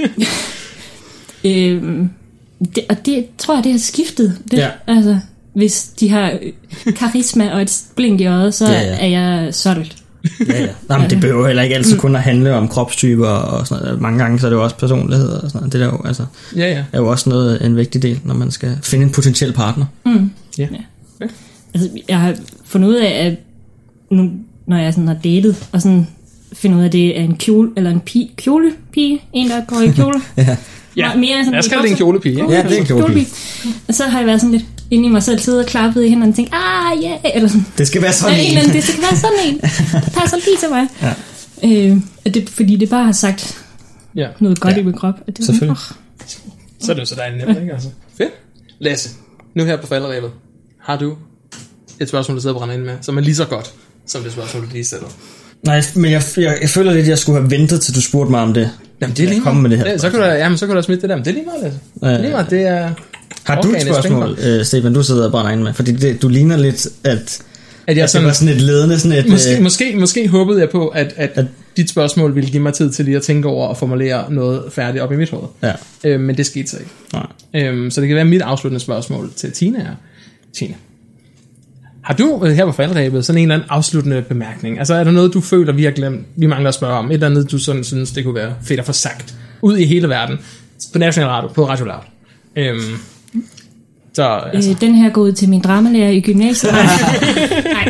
Det tror jeg, det har skiftet. Altså, hvis de har karisma og et blink i øjet, så er jeg solgt. Nej, men det behøver heller ikke altid kun at handle om kropstyper og sådan noget. Mange gange så er det jo også personlighed og sådan noget. Det der jo, altså, er jo også en vigtig del, når man skal finde en potentiel partner. Altså, jeg har fundet ud af, at nu, når jeg sådan har datet og sådan finder ud af, at det er en kjole eller en kjolepige, en der går i kjole. Ja, mere sådan, jeg skal det en kjolepige. Ja, det er en kjolepige. Og så har jeg været sådan lidt, inde i mig selv sidde og klappede i hænderne og tænkte, eller sådan. Det skal være sådan en. Det skal være sådan en. Det passer lige til mig. Ja. Fordi det bare har sagt noget godt i min krop. At det selvfølgelig. Så er det jo så dejligt nemt, ikke? Altså. Fedt. Lasse, nu her på falderæbet, har du et spørgsmål, du sidder og brænder ind med, som er lige så godt, som det spørgsmål, du lige stiller? Nej, men jeg føler lidt, at jeg skulle have ventet, til du spurgte mig om det. Jamen, det er lige meget. Med det her. Ja, så kan du da smide det der. Men det er lige meget, Lasse. Lige meget, det er... Har du et spørgsmål, Stefan, du sidder og brænder ind med? Fordi du ligner lidt, at jeg sådan, det var sådan et ledende... Sådan et, måske håbede jeg på, at dit spørgsmål ville give mig tid til lige at tænke over og formulere noget færdigt op i mit hoved. Ja. Men det skete så ikke. Nej. Så det kan være mit afsluttende spørgsmål til Tina er... Tina, har du her på falderæbet sådan en eller anden afsluttende bemærkning? Altså er der noget, du føler, vi har glemt, vi mangler at spørge om? Et eller andet, du sådan synes, det kunne være fedt at få sagt ud i hele verden? På National Radio, på Radio Loud. Så, altså. Den her går ud til min dramalærer i gymnasiet. Nej.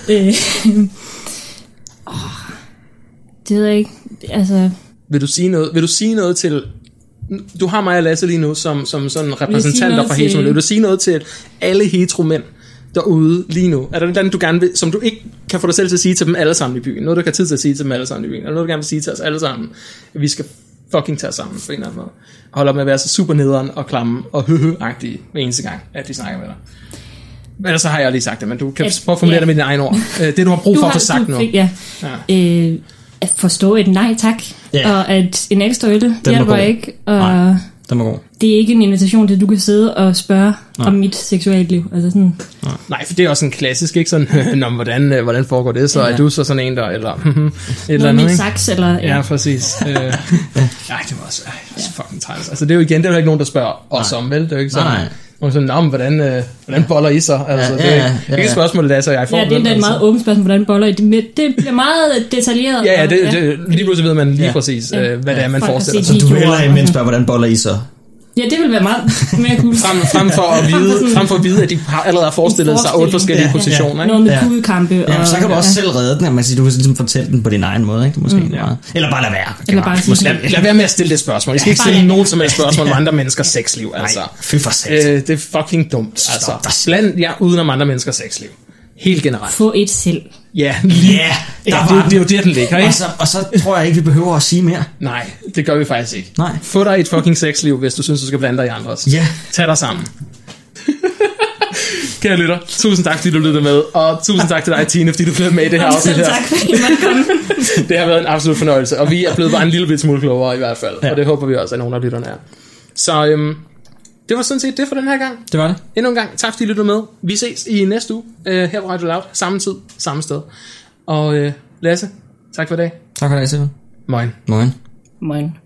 Det ved jeg ikke. Altså... Vil du sige noget til... Du har mig og Lasse lige nu som sådan repræsentanter for hetero. Vil du sige noget til alle hetero-mænd derude lige nu? Er der noget, du gerne vil, som du ikke kan få dig selv til at sige til dem alle sammen i byen? Noget, du kan have tid til at sige til dem alle sammen i byen? Eller noget, du gerne vil sige til os alle sammen? At vi skal fucking tage sammen på en eller anden måde. Hold op med at være så super nederen og klamme og høhø-agtige hver eneste gang, at de snakker med dig. Ellers så har jeg lige sagt det, men du kan prøve at formulere det med dine egne ord. Det du har brug for at få sagt nu. At forstå et nej tak, og at en ekstra øl hjælper ikke, og den var god. Det er ikke en invitation til, at du kan sidde og spørge om mit seksuelt liv. Altså sådan. Nej, for det er også en klassisk, ikke sådan, hvordan foregår det, så er du så sådan en der, eller et eller andet, ikke? Saks, eller... Ja, præcis. Nej, det var også fucking træls. Altså det er jo igen, det er jo ikke nogen, der spørger os om, vel? Det er jo ikke sådan... Nej. Og sådan, hvordan boller I så? Altså, det er ikke et spørgsmål, Lasse og jeg får. Ja, det er et meget åbent spørgsmål, hvordan boller I. Det bliver meget detaljeret. Ja, lige pludselig ved man lige præcis, hvad det er, man forestiller sig. Så du vil hellere imens spørge, hvordan boller I så? Ja, det vil være meget mere cool. frem for at vide, at de allerede har forestillet sig 8 forskellige positioner. Noget med kudekampe. Ja, så kan du også selv redde den, at man siger, du kan ligesom fortælle den på din egen måde, ikke? Måske eller bare lade være. Lad være med at stille det spørgsmål. I skal ikke stille nogen som helst spørgsmål om andre menneskers sexliv. Altså. Nej, fy for sat. Det er fucking dumt. Altså, bland jer uden om andre menneskers sexliv. Helt generelt. Få et selv. Ja, det er jo der, den ligger, ikke? Og så tror jeg ikke, vi behøver at sige mere. Nej, det gør vi faktisk ikke. Nej. Få dig et fucking sexliv, hvis du synes, du skal blande dig i andres. Ja. Tag dig sammen. Kære lytter, tusind tak, fordi du lyttede med. Og tusind tak til dig, Tine, fordi du blev med i det her afsnit her. Tak, fordi I måtte komme. Det har været en absolut fornøjelse. Og vi er blevet bare en lille bit smule klogere i hvert fald. Ja. Og det håber vi også, at nogle af lytterne er. Så det var sådan set det for den her gang. Det var det. Endnu en gang, tak fordi I lyttede med. Vi ses i næste uge her på Radio Loud. Samme tid, samme sted. Og Lasse, tak for i dag. Tak for i dag, Simon. Moin. Moin. Moin.